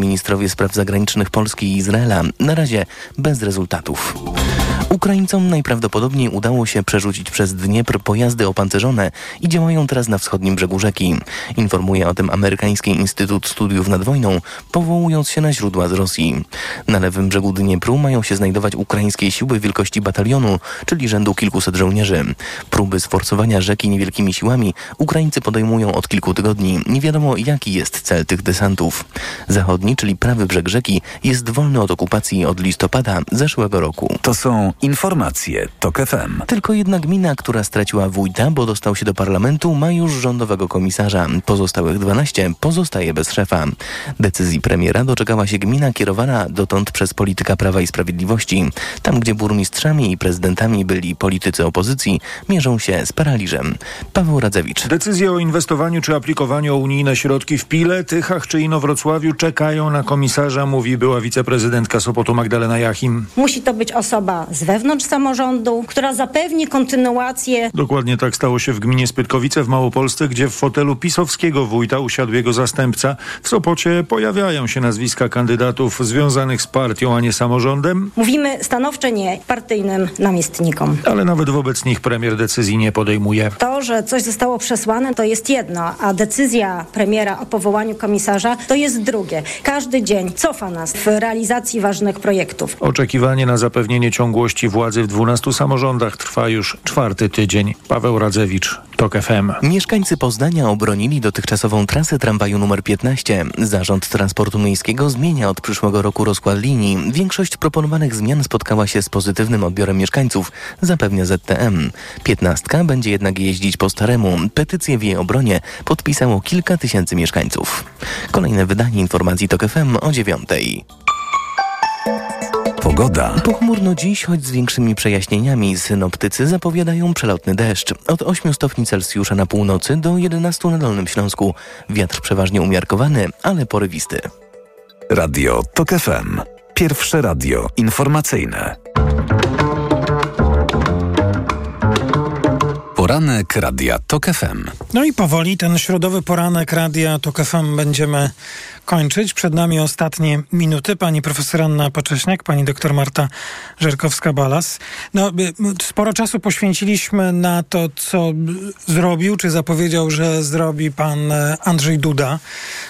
ministrowie spraw zagranicznych Polski i Izraela. Na razie bez rezultatów. Ukraińcom najprawdopodobniej udało się przerzucić przez Dniepr pojazdy opancerzone i działają teraz na wschodnim brzegu rzeki. Informuje o tym Amerykański Instytut Studiów nad Wojną, powołując się na źródła z Rosji. Na lewym brzegu Dniepru mają się znajdować ukraińskie siły wielkości batalionu, czyli rzędu kilkuset żołnierzy. Próby sforsowania rzeki niewielkimi siłami Ukraińcy podejmują od kilku tygodni. Nie wiadomo, jaki jest cel tych desantów. Zachodni, czyli prawy brzeg rzeki, jest wolny od okupacji od listopada zeszłego roku. To są informacje TOK F M. Tylko jedna gmina, która straciła wójta, bo dostał się do parlamentu, ma już rządowego komisarza. Pozostałych dwanaście pozostaje bez szefa. Decyzji premiera doczekała się gmina kierowana dotąd przez polityka Prawa i Sprawiedliwości. Tam, gdzie burmistrzami i prezydentami byli politycy opozycji, mierzą się z paraliżem. Paweł Radzewicz. Decyzje o inwestowaniu czy aplikowaniu o unijne środki w Pile, Tychach czy Inowrocławiu czekają na komisarza, mówi była wiceprezydentka Sopotu Magdalena Jachim. Musi to być osoba z wewnątrz samorządu, która zapewni kontynuację. Dokładnie tak stało się w gminie Spytkowice w Małopolsce, gdzie w fotelu pisowskiego wójta usiadł jego zastępca. W Sopocie pojawiają się nazwiska kandydatów związanych z partią, a nie samorządem. Mówimy stanowcze nie partyjnym namiestnikom. Ale nawet wobec nich premier decyzji nie podejmuje. To, że coś zostało przesłane, to jest jedno, a decyzja premiera o powołaniu komisarza to jest drugie. Każdy dzień cofa nas w realizacji ważnych projektów. Oczekiwanie na zapewnienie ciągłości władzy w dwunastu samorządach trwa już czwarty tydzień. Paweł Radzewicz, TOK F M. Mieszkańcy Poznania obronili dotychczasową trasę tramwaju numer piętnaście. Zarząd Transportu Miejskiego zmienia od przyszłego roku rozkład linii. Większość proponowanych zmian spotkała się z pozytywnym odbiorem mieszkańców, zapewnia Z T M. Piętnastka będzie jednak jeździć po staremu. Petycję w jej obronie podpisało kilka tysięcy mieszkańców. Kolejne wydanie informacji TOK F M o dziewiątej. Pogoda. Pochmurno dziś, choć z większymi przejaśnieniami. Synoptycy zapowiadają przelotny deszcz. Od ośmiu stopni Celsjusza na północy do jedenastu na Dolnym Śląsku. Wiatr przeważnie umiarkowany, ale porywisty. Radio TOK F M. Pierwsze radio informacyjne. Poranek Radia TOK F M. No i powoli ten środowy poranek Radia TOK F M będziemy kończyć. Przed nami ostatnie minuty. Pani profesor Anna Pacześniak, pani doktor Marta Żerkowska-Balas. No, sporo czasu poświęciliśmy na to, co zrobił, czy zapowiedział, że zrobi pan Andrzej Duda,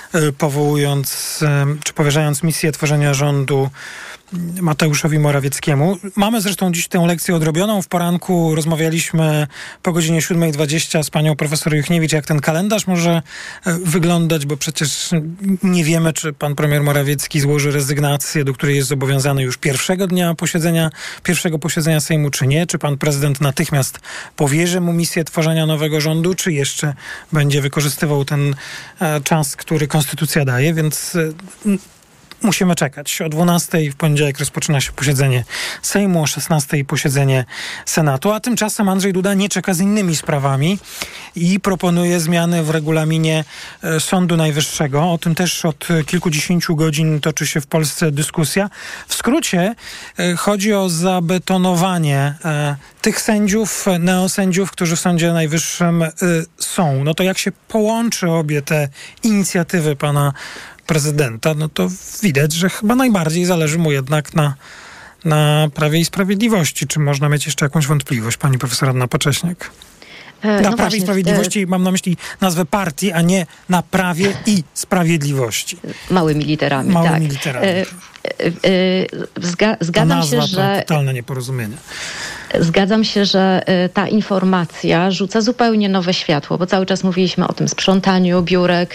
powołując, czy powierzając misję tworzenia rządu Mateuszowi Morawieckiemu. Mamy zresztą dziś tę lekcję odrobioną. W poranku rozmawialiśmy po godzinie siódmej dwadzieścia z panią profesor Juchniewicz, jak ten kalendarz może wyglądać, bo przecież nie wiemy, czy pan premier Morawiecki złoży rezygnację, do której jest zobowiązany już pierwszego dnia posiedzenia, pierwszego posiedzenia Sejmu, czy nie. Czy pan prezydent natychmiast powierzy mu misję tworzenia nowego rządu, czy jeszcze będzie wykorzystywał ten e, czas, który konstytucja daje, więc e, musimy czekać. O dwunastej w poniedziałek rozpoczyna się posiedzenie Sejmu, o szesnastej posiedzenie Senatu, a tymczasem Andrzej Duda nie czeka z innymi sprawami i proponuje zmiany w regulaminie e, Sądu Najwyższego. O tym też od kilkudziesięciu godzin toczy się w Polsce dyskusja. W skrócie e, chodzi o zabetonowanie e, tych sędziów, neosędziów, którzy w Sądzie Najwyższym e, są. No to jak się połączy obie te inicjatywy pana prezydenta, no to widać, że chyba najbardziej zależy mu jednak na, na Prawie i Sprawiedliwości. Czy można mieć jeszcze jakąś wątpliwość, pani profesor Anna Pacześniak? Na no Prawie właśnie, i Sprawiedliwości e... mam na myśli nazwę partii, a nie na Prawie i Sprawiedliwości. Małymi literami, Małymi tak. literami. E, e, e, zga, zgadzam nazwa się, że... to totalne nieporozumienie. Zgadzam się, że ta informacja rzuca zupełnie nowe światło, bo cały czas mówiliśmy o tym sprzątaniu biurek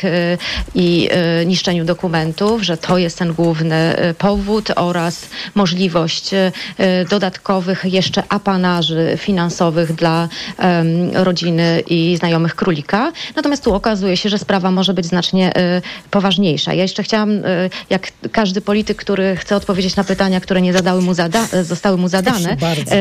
i niszczeniu dokumentów, że to jest ten główny powód oraz możliwość dodatkowych jeszcze apanaży finansowych dla rodziny i znajomych królika. Natomiast tu okazuje się, że sprawa może być znacznie poważniejsza. Ja jeszcze chciałam, jak każdy polityk, który chce odpowiedzieć na pytania, które nie zadały mu zada- zostały mu zadane, wrócić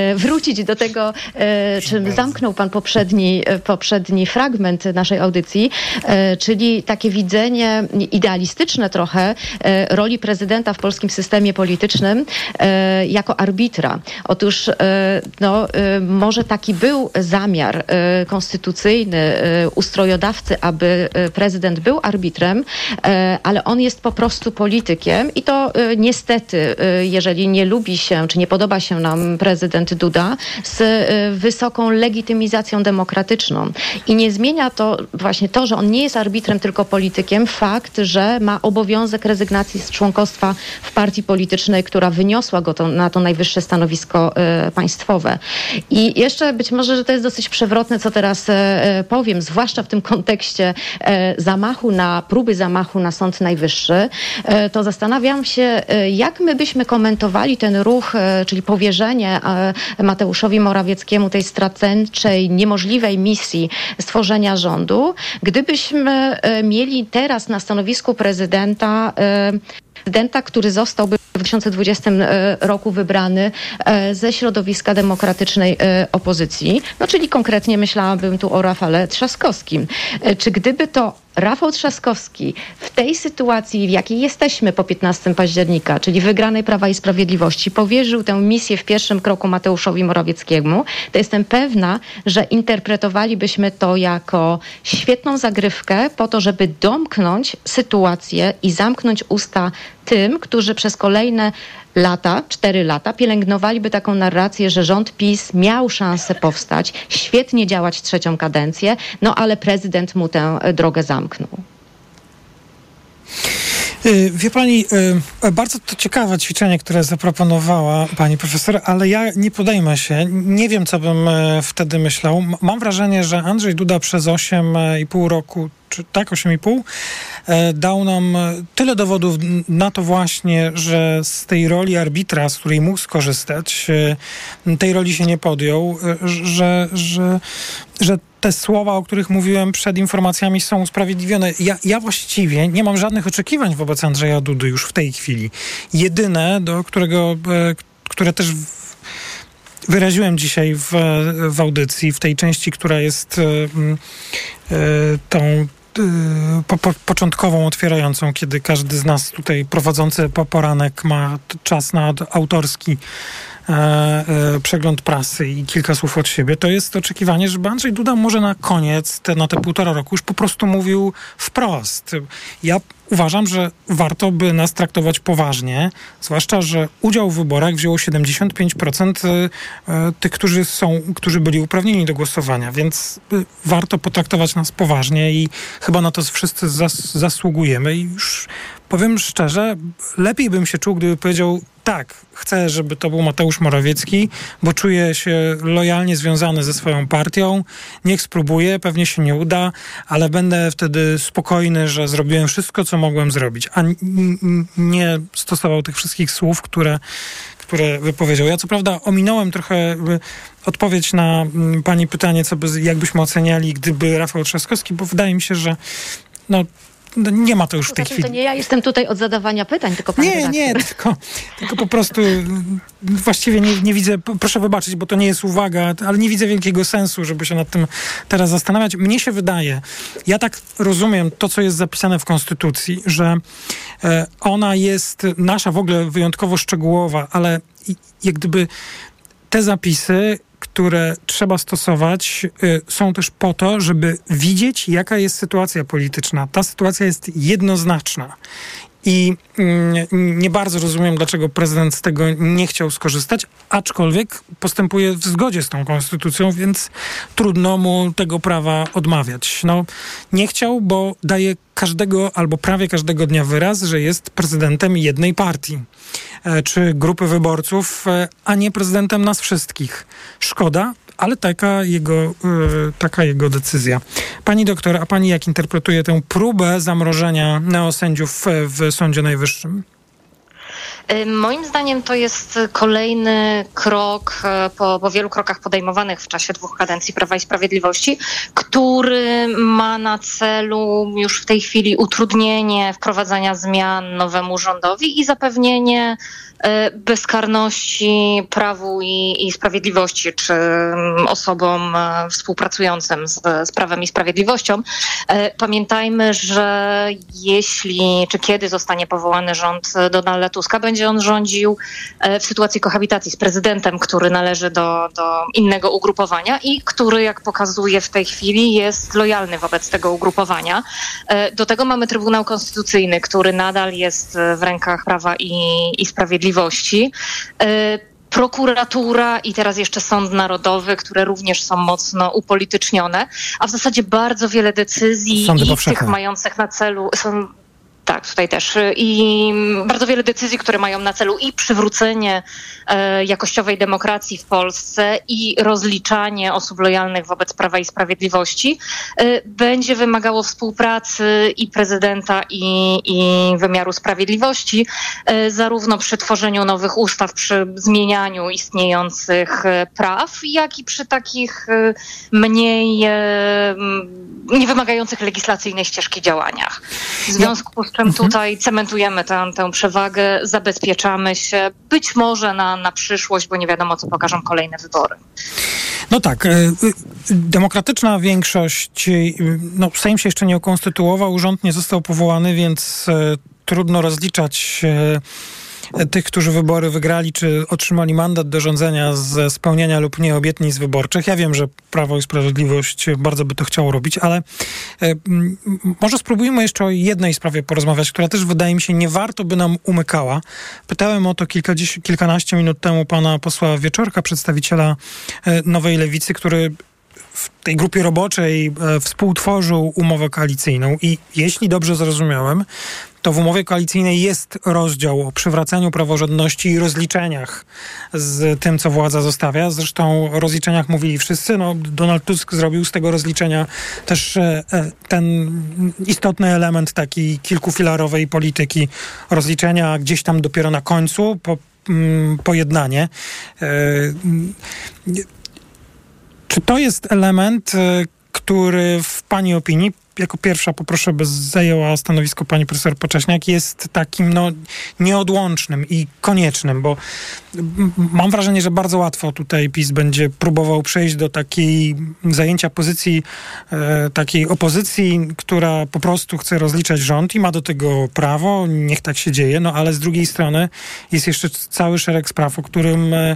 wrócić do tego, e, czym zamknął pan poprzedni, poprzedni fragment naszej audycji, e, czyli takie widzenie idealistyczne trochę e, roli prezydenta w polskim systemie politycznym e, jako arbitra. Otóż e, no, e, może taki był zamiar e, konstytucyjny e, ustrojodawcy, aby prezydent był arbitrem, e, ale on jest po prostu politykiem i to e, niestety, e, jeżeli nie lubi się, czy nie podoba się nam prezydent Duda, z e, wysoką legitymizacją demokratyczną. I nie zmienia to właśnie to, że on nie jest arbitrem, tylko politykiem, fakt, że ma obowiązek rezygnacji z członkostwa w partii politycznej, która wyniosła go to, na to najwyższe stanowisko e, państwowe. I jeszcze być może, że to jest dosyć przewrotne, co teraz e, powiem, zwłaszcza w tym kontekście e, zamachu na, próby zamachu na Sąd Najwyższy, e, to zastanawiam się, e, jak my byśmy komentowali ten ruch, e, czyli powierzenie e, Mateuszowi Morawieckiemu tej straceńczej, niemożliwej misji stworzenia rządu, gdybyśmy e, mieli teraz na stanowisku prezydenta e, prezydenta, który zostałby w dwa tysiące dwudziestym roku wybrany ze środowiska demokratycznej opozycji, no czyli konkretnie myślałabym tu o Rafale Trzaskowskim. Czy gdyby to Rafał Trzaskowski w tej sytuacji, w jakiej jesteśmy po piętnastego października, czyli wygranej Prawa i Sprawiedliwości, powierzył tę misję w pierwszym kroku Mateuszowi Morawieckiemu, to jestem pewna, że interpretowalibyśmy to jako świetną zagrywkę po to, żeby domknąć sytuację i zamknąć usta tym, którzy przez kolejne lata, cztery lata, pielęgnowaliby taką narrację, że rząd PiS miał szansę powstać, świetnie działać trzecią kadencję, no ale prezydent mu tę drogę zamknął. Wie pani, bardzo to ciekawe ćwiczenie, które zaproponowała pani profesor, ale ja nie podejmę się. Nie wiem, co bym wtedy myślał. Mam wrażenie, że Andrzej Duda przez osiem i pół roku, czy tak, osiem i pół, dał nam tyle dowodów na to właśnie, że z tej roli arbitra, z której mógł skorzystać, tej roli się nie podjął, że, że, że te słowa, o których mówiłem przed informacjami, są usprawiedliwione. Ja, ja właściwie nie mam żadnych oczekiwań wobec Andrzeja Dudy już w tej chwili. Jedyne, do którego, które też wyraziłem dzisiaj w, w audycji, w tej części, która jest tą Po, po, początkową, otwierającą, kiedy każdy z nas tutaj prowadzący po poranek ma czas na autorski e, e, przegląd prasy i kilka słów od siebie, to jest oczekiwanie, żeby Andrzej Duda może na koniec, te, na te półtora roku już po prostu mówił wprost. Ja uważam, że warto by nas traktować poważnie, zwłaszcza, że udział w wyborach wzięło siedemdziesiąt pięć procent tych, którzy są, którzy byli uprawnieni do głosowania, więc warto potraktować nas poważnie i chyba na to wszyscy zas- zasługujemy i już powiem szczerze, lepiej bym się czuł, gdyby powiedział tak, chcę, żeby to był Mateusz Morawiecki, bo czuję się lojalnie związany ze swoją partią. Niech spróbuję, pewnie się nie uda, ale będę wtedy spokojny, że zrobiłem wszystko, co mogłem zrobić, a n- n- nie stosował tych wszystkich słów, które, które wypowiedział. Ja co prawda ominąłem trochę odpowiedź na pani pytanie, co by, jak byśmy oceniali, gdyby Rafał Trzaskowski, bo wydaje mi się, że no, No nie ma to już w tej Znaczy, chwili. to nie ja jestem tutaj od zadawania pytań, tylko pan Nie, redaktor. nie, tylko, tylko po prostu właściwie nie, nie widzę, proszę wybaczyć, bo to nie jest uwaga, ale nie widzę wielkiego sensu, żeby się nad tym teraz zastanawiać. Mnie się wydaje, ja tak rozumiem to, co jest zapisane w Konstytucji, że e, ona jest nasza w ogóle wyjątkowo szczegółowa, ale jak gdyby te zapisy, które trzeba stosować, y, są też po to, żeby widzieć, jaka jest sytuacja polityczna. Ta sytuacja jest jednoznaczna. I y, nie bardzo rozumiem, dlaczego prezydent z tego nie chciał skorzystać, aczkolwiek postępuje w zgodzie z tą konstytucją, więc trudno mu tego prawa odmawiać. No, nie chciał, bo daje każdego albo prawie każdego dnia wyraz, że jest prezydentem jednej partii e, czy grupy wyborców, e, a nie prezydentem nas wszystkich. Szkoda, ale taka jego, e, taka jego decyzja. Pani doktor, a pani jak interpretuje tę próbę zamrożenia neosędziów w, w Sądzie Najwyższym? Moim zdaniem to jest kolejny krok po, po wielu krokach podejmowanych w czasie dwóch kadencji Prawa i Sprawiedliwości, który ma na celu już w tej chwili utrudnienie wprowadzania zmian nowemu rządowi i zapewnienie bezkarności prawu i, i sprawiedliwości, czy osobom współpracującym z, z Prawem i Sprawiedliwością. Pamiętajmy, że jeśli, czy kiedy zostanie powołany rząd Donalda Tuska, będzie on rządził w sytuacji kohabitacji z prezydentem, który należy do, do innego ugrupowania i który, jak pokazuje w tej chwili, jest lojalny wobec tego ugrupowania. Do tego mamy Trybunał Konstytucyjny, który nadal jest w rękach Prawa i, i Sprawiedliwości. Prokuratura i teraz jeszcze Sąd Narodowy, które również są mocno upolitycznione, a w zasadzie bardzo wiele decyzji Sądy i powszechne. tych mających na celu są... Tak, tutaj też. I bardzo wiele decyzji, które mają na celu i przywrócenie e, jakościowej demokracji w Polsce i rozliczanie osób lojalnych wobec Prawa i Sprawiedliwości e, będzie wymagało współpracy i prezydenta, i, i wymiaru sprawiedliwości, e, zarówno przy tworzeniu nowych ustaw, przy zmienianiu istniejących e, praw, jak i przy takich e, mniej e, nie wymagających legislacyjnej ścieżki działaniach. W związku z czym tutaj cementujemy tę, tę przewagę, zabezpieczamy się być może na, na przyszłość, bo nie wiadomo, co pokażą kolejne wybory. No tak, demokratyczna większość, no Sejm się jeszcze nie ukonstytuował, rząd nie został powołany, więc trudno rozliczać tych, którzy wybory wygrali, czy otrzymali mandat do rządzenia ze spełnienia lub nie obietnic wyborczych. Ja wiem, że Prawo i Sprawiedliwość bardzo by to chciało robić, ale e, może spróbujmy jeszcze o jednej sprawie porozmawiać, która też wydaje mi się nie warto by nam umykała. Pytałem o to kilkadziesiąt, kilkanaście minut temu pana posła Wieczorka, przedstawiciela e, Nowej Lewicy, który w tej grupie roboczej e, współtworzył umowę koalicyjną i jeśli dobrze zrozumiałem, to w umowie koalicyjnej jest rozdział o przywracaniu praworządności i rozliczeniach z tym, co władza zostawia. Zresztą o rozliczeniach mówili wszyscy. No, Donald Tusk zrobił z tego rozliczenia też e, ten istotny element takiej kilkufilarowej polityki rozliczenia gdzieś tam dopiero na końcu, po, mm, pojednanie. E, Czy to jest element, który w pani opinii, jako pierwsza poproszę, by zajęła stanowisko pani profesor Pocześniak, jest takim no, nieodłącznym i koniecznym, bo mam wrażenie, że bardzo łatwo tutaj PiS będzie próbował przejść do takiej zajęcia pozycji, e, takiej opozycji, która po prostu chce rozliczać rząd i ma do tego prawo, niech tak się dzieje, no ale z drugiej strony jest jeszcze cały szereg spraw, o którym e,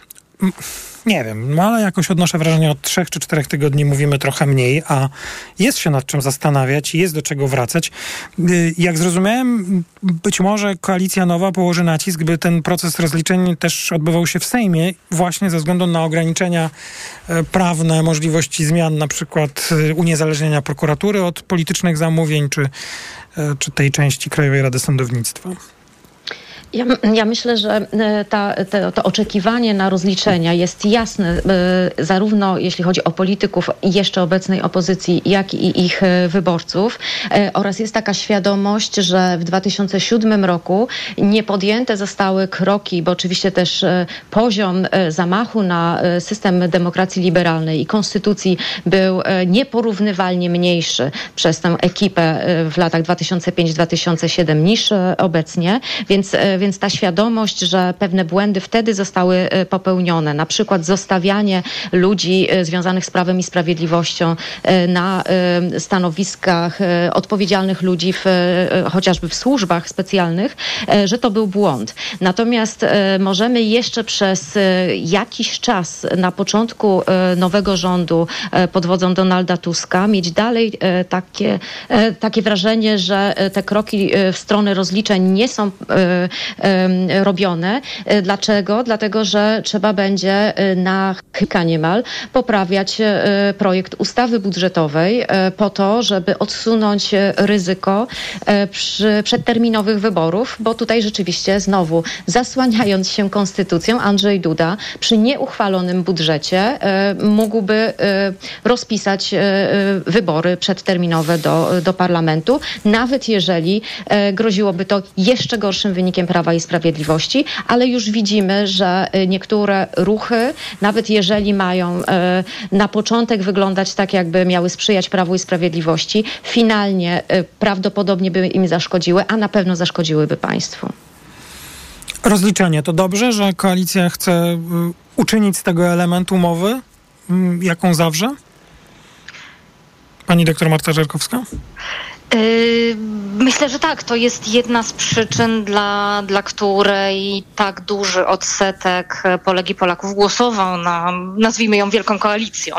nie wiem, no ale jakoś odnoszę wrażenie, od trzech czy czterech tygodni mówimy trochę mniej, a jest się nad czym zastanawiać i jest do czego wracać. Jak zrozumiałem, być może Koalicja Nowa położy nacisk, by ten proces rozliczeń też odbywał się w Sejmie, właśnie ze względu na ograniczenia prawne, możliwości zmian, na przykład uniezależnienia prokuratury od politycznych zamówień, czy, czy tej części Krajowej Rady Sądownictwa. Ja, ja myślę, że ta, te, to oczekiwanie na rozliczenia jest jasne, y, zarówno jeśli chodzi o polityków i jeszcze obecnej opozycji, jak i ich wyborców. Y, oraz jest taka świadomość, że w dwa tysiące siódmym roku nie podjęte zostały kroki, bo oczywiście też y, poziom y, zamachu na y, system demokracji liberalnej i konstytucji był y, nieporównywalnie mniejszy przez tę ekipę y, w latach dwa tysiące piąty do dwa tysiące siódmego niż y, obecnie, więc y, Więc ta świadomość, że pewne błędy wtedy zostały popełnione, na przykład zostawianie ludzi związanych z Prawem i Sprawiedliwością na stanowiskach odpowiedzialnych ludzi w, chociażby w służbach specjalnych, że to był błąd. Natomiast możemy jeszcze przez jakiś czas na początku nowego rządu pod wodzą Donalda Tuska mieć dalej takie, takie wrażenie, że te kroki w stronę rozliczeń nie są robione. Dlaczego? Dlatego, że trzeba będzie na chyka niemal poprawiać projekt ustawy budżetowej po to, żeby odsunąć ryzyko przy przedterminowych wyborów, bo tutaj rzeczywiście znowu zasłaniając się konstytucją, Andrzej Duda przy nieuchwalonym budżecie mógłby rozpisać wybory przedterminowe do, do parlamentu, nawet jeżeli groziłoby to jeszcze gorszym wynikiem Prawa Prawa i Sprawiedliwości, ale już widzimy, że niektóre ruchy, nawet jeżeli mają na początek wyglądać tak, jakby miały sprzyjać Prawu i Sprawiedliwości, finalnie prawdopodobnie by im zaszkodziły, a na pewno zaszkodziłyby państwu. Rozliczenie to dobrze, że koalicja chce uczynić z tego element umowy, jaką zawrze? Pani doktor Marta Żarkowska? Myślę, że tak. To jest jedna z przyczyn, dla, dla której tak duży odsetek Polek i Polaków głosował na, nazwijmy ją, wielką koalicją.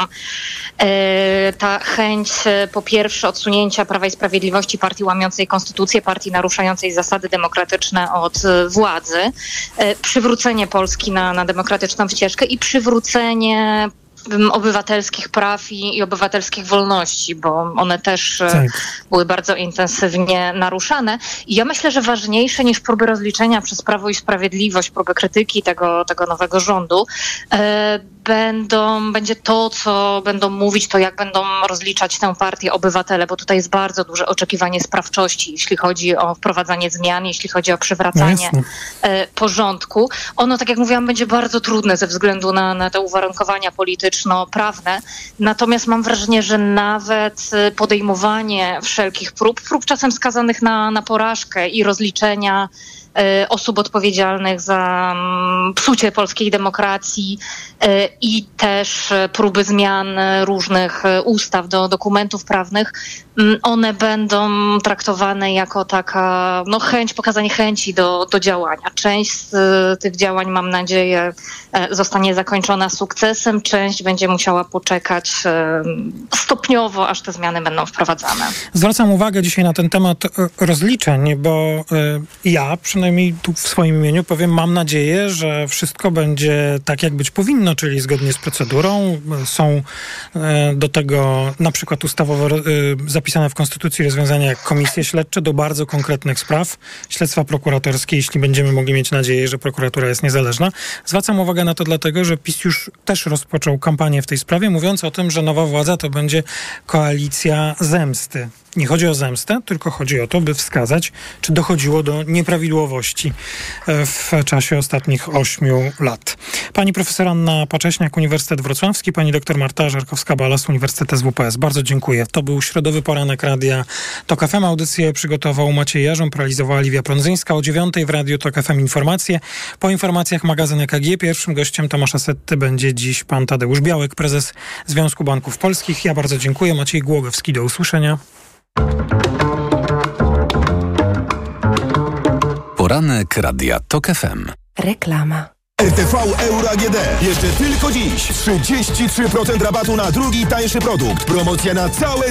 Ta chęć, po pierwsze, odsunięcia Prawa i Sprawiedliwości, partii łamiącej konstytucję, partii naruszającej zasady demokratyczne od władzy, przywrócenie Polski na, na demokratyczną ścieżkę i przywrócenie obywatelskich praw i, i obywatelskich wolności, bo one też tak. były bardzo intensywnie naruszane. I ja myślę, że ważniejsze niż próby rozliczenia przez Prawo i Sprawiedliwość, próby krytyki tego, tego nowego rządu, e, będą, będzie to, co będą mówić, to jak będą rozliczać tę partię obywatele, bo tutaj jest bardzo duże oczekiwanie sprawczości, jeśli chodzi o wprowadzanie zmian, jeśli chodzi o przywracanie no e, porządku. Ono, tak jak mówiłam, będzie bardzo trudne ze względu na, na te uwarunkowania polityczno-prawne. Natomiast mam wrażenie, że nawet podejmowanie wszelkich prób, prób czasem skazanych na, na porażkę i rozliczenia osób odpowiedzialnych za psucie polskiej demokracji i też próby zmian różnych ustaw do dokumentów prawnych, one będą traktowane jako taka no, chęć, pokazanie chęci do, do działania. Część z tych działań, mam nadzieję, zostanie zakończona sukcesem, część będzie musiała poczekać stopniowo, aż te zmiany będą wprowadzane. Zwracam uwagę dzisiaj na ten temat rozliczeń, bo ja przynajmniej tu w swoim imieniu powiem, mam nadzieję, że wszystko będzie tak, jak być powinno, czyli zgodnie z procedurą. Są do tego na przykład ustawowo zapisane w Konstytucji rozwiązania jak komisje śledcze do bardzo konkretnych spraw, śledztwa prokuratorskie, jeśli będziemy mogli mieć nadzieję, że prokuratura jest niezależna. Zwracam uwagę na to dlatego, że PiS już też rozpoczął kampanię w tej sprawie, mówiąc o tym, że nowa władza to będzie koalicja zemsty. Nie chodzi o zemstę, tylko chodzi o to, by wskazać, czy dochodziło do nieprawidłowości w czasie ostatnich ośmiu lat. Pani profesor Anna Pacześniak, Uniwersytet Wrocławski, pani doktor Marta Żarkowska-Balast, Uniwersytet S W P S. Bardzo dziękuję. To był środowy poranek Radia Tok F M. Audycję przygotował Maciej Jarząb, realizowała Liwia Prądzyńska. O dziewiątej w Radiu Tok F M informacje. Po informacjach magazyn E K G. Pierwszym gościem Tomasza Setty będzie dziś pan Tadeusz Białek, prezes Związku Banków Polskich. Ja bardzo dziękuję. Maciej Głogowski, do usłyszenia. Poranek Radia Tok F M. Reklama. R T V Euro A G D. Jeszcze tylko dziś trzydzieści trzy procent rabatu na drugi tańszy produkt. Promocja na całe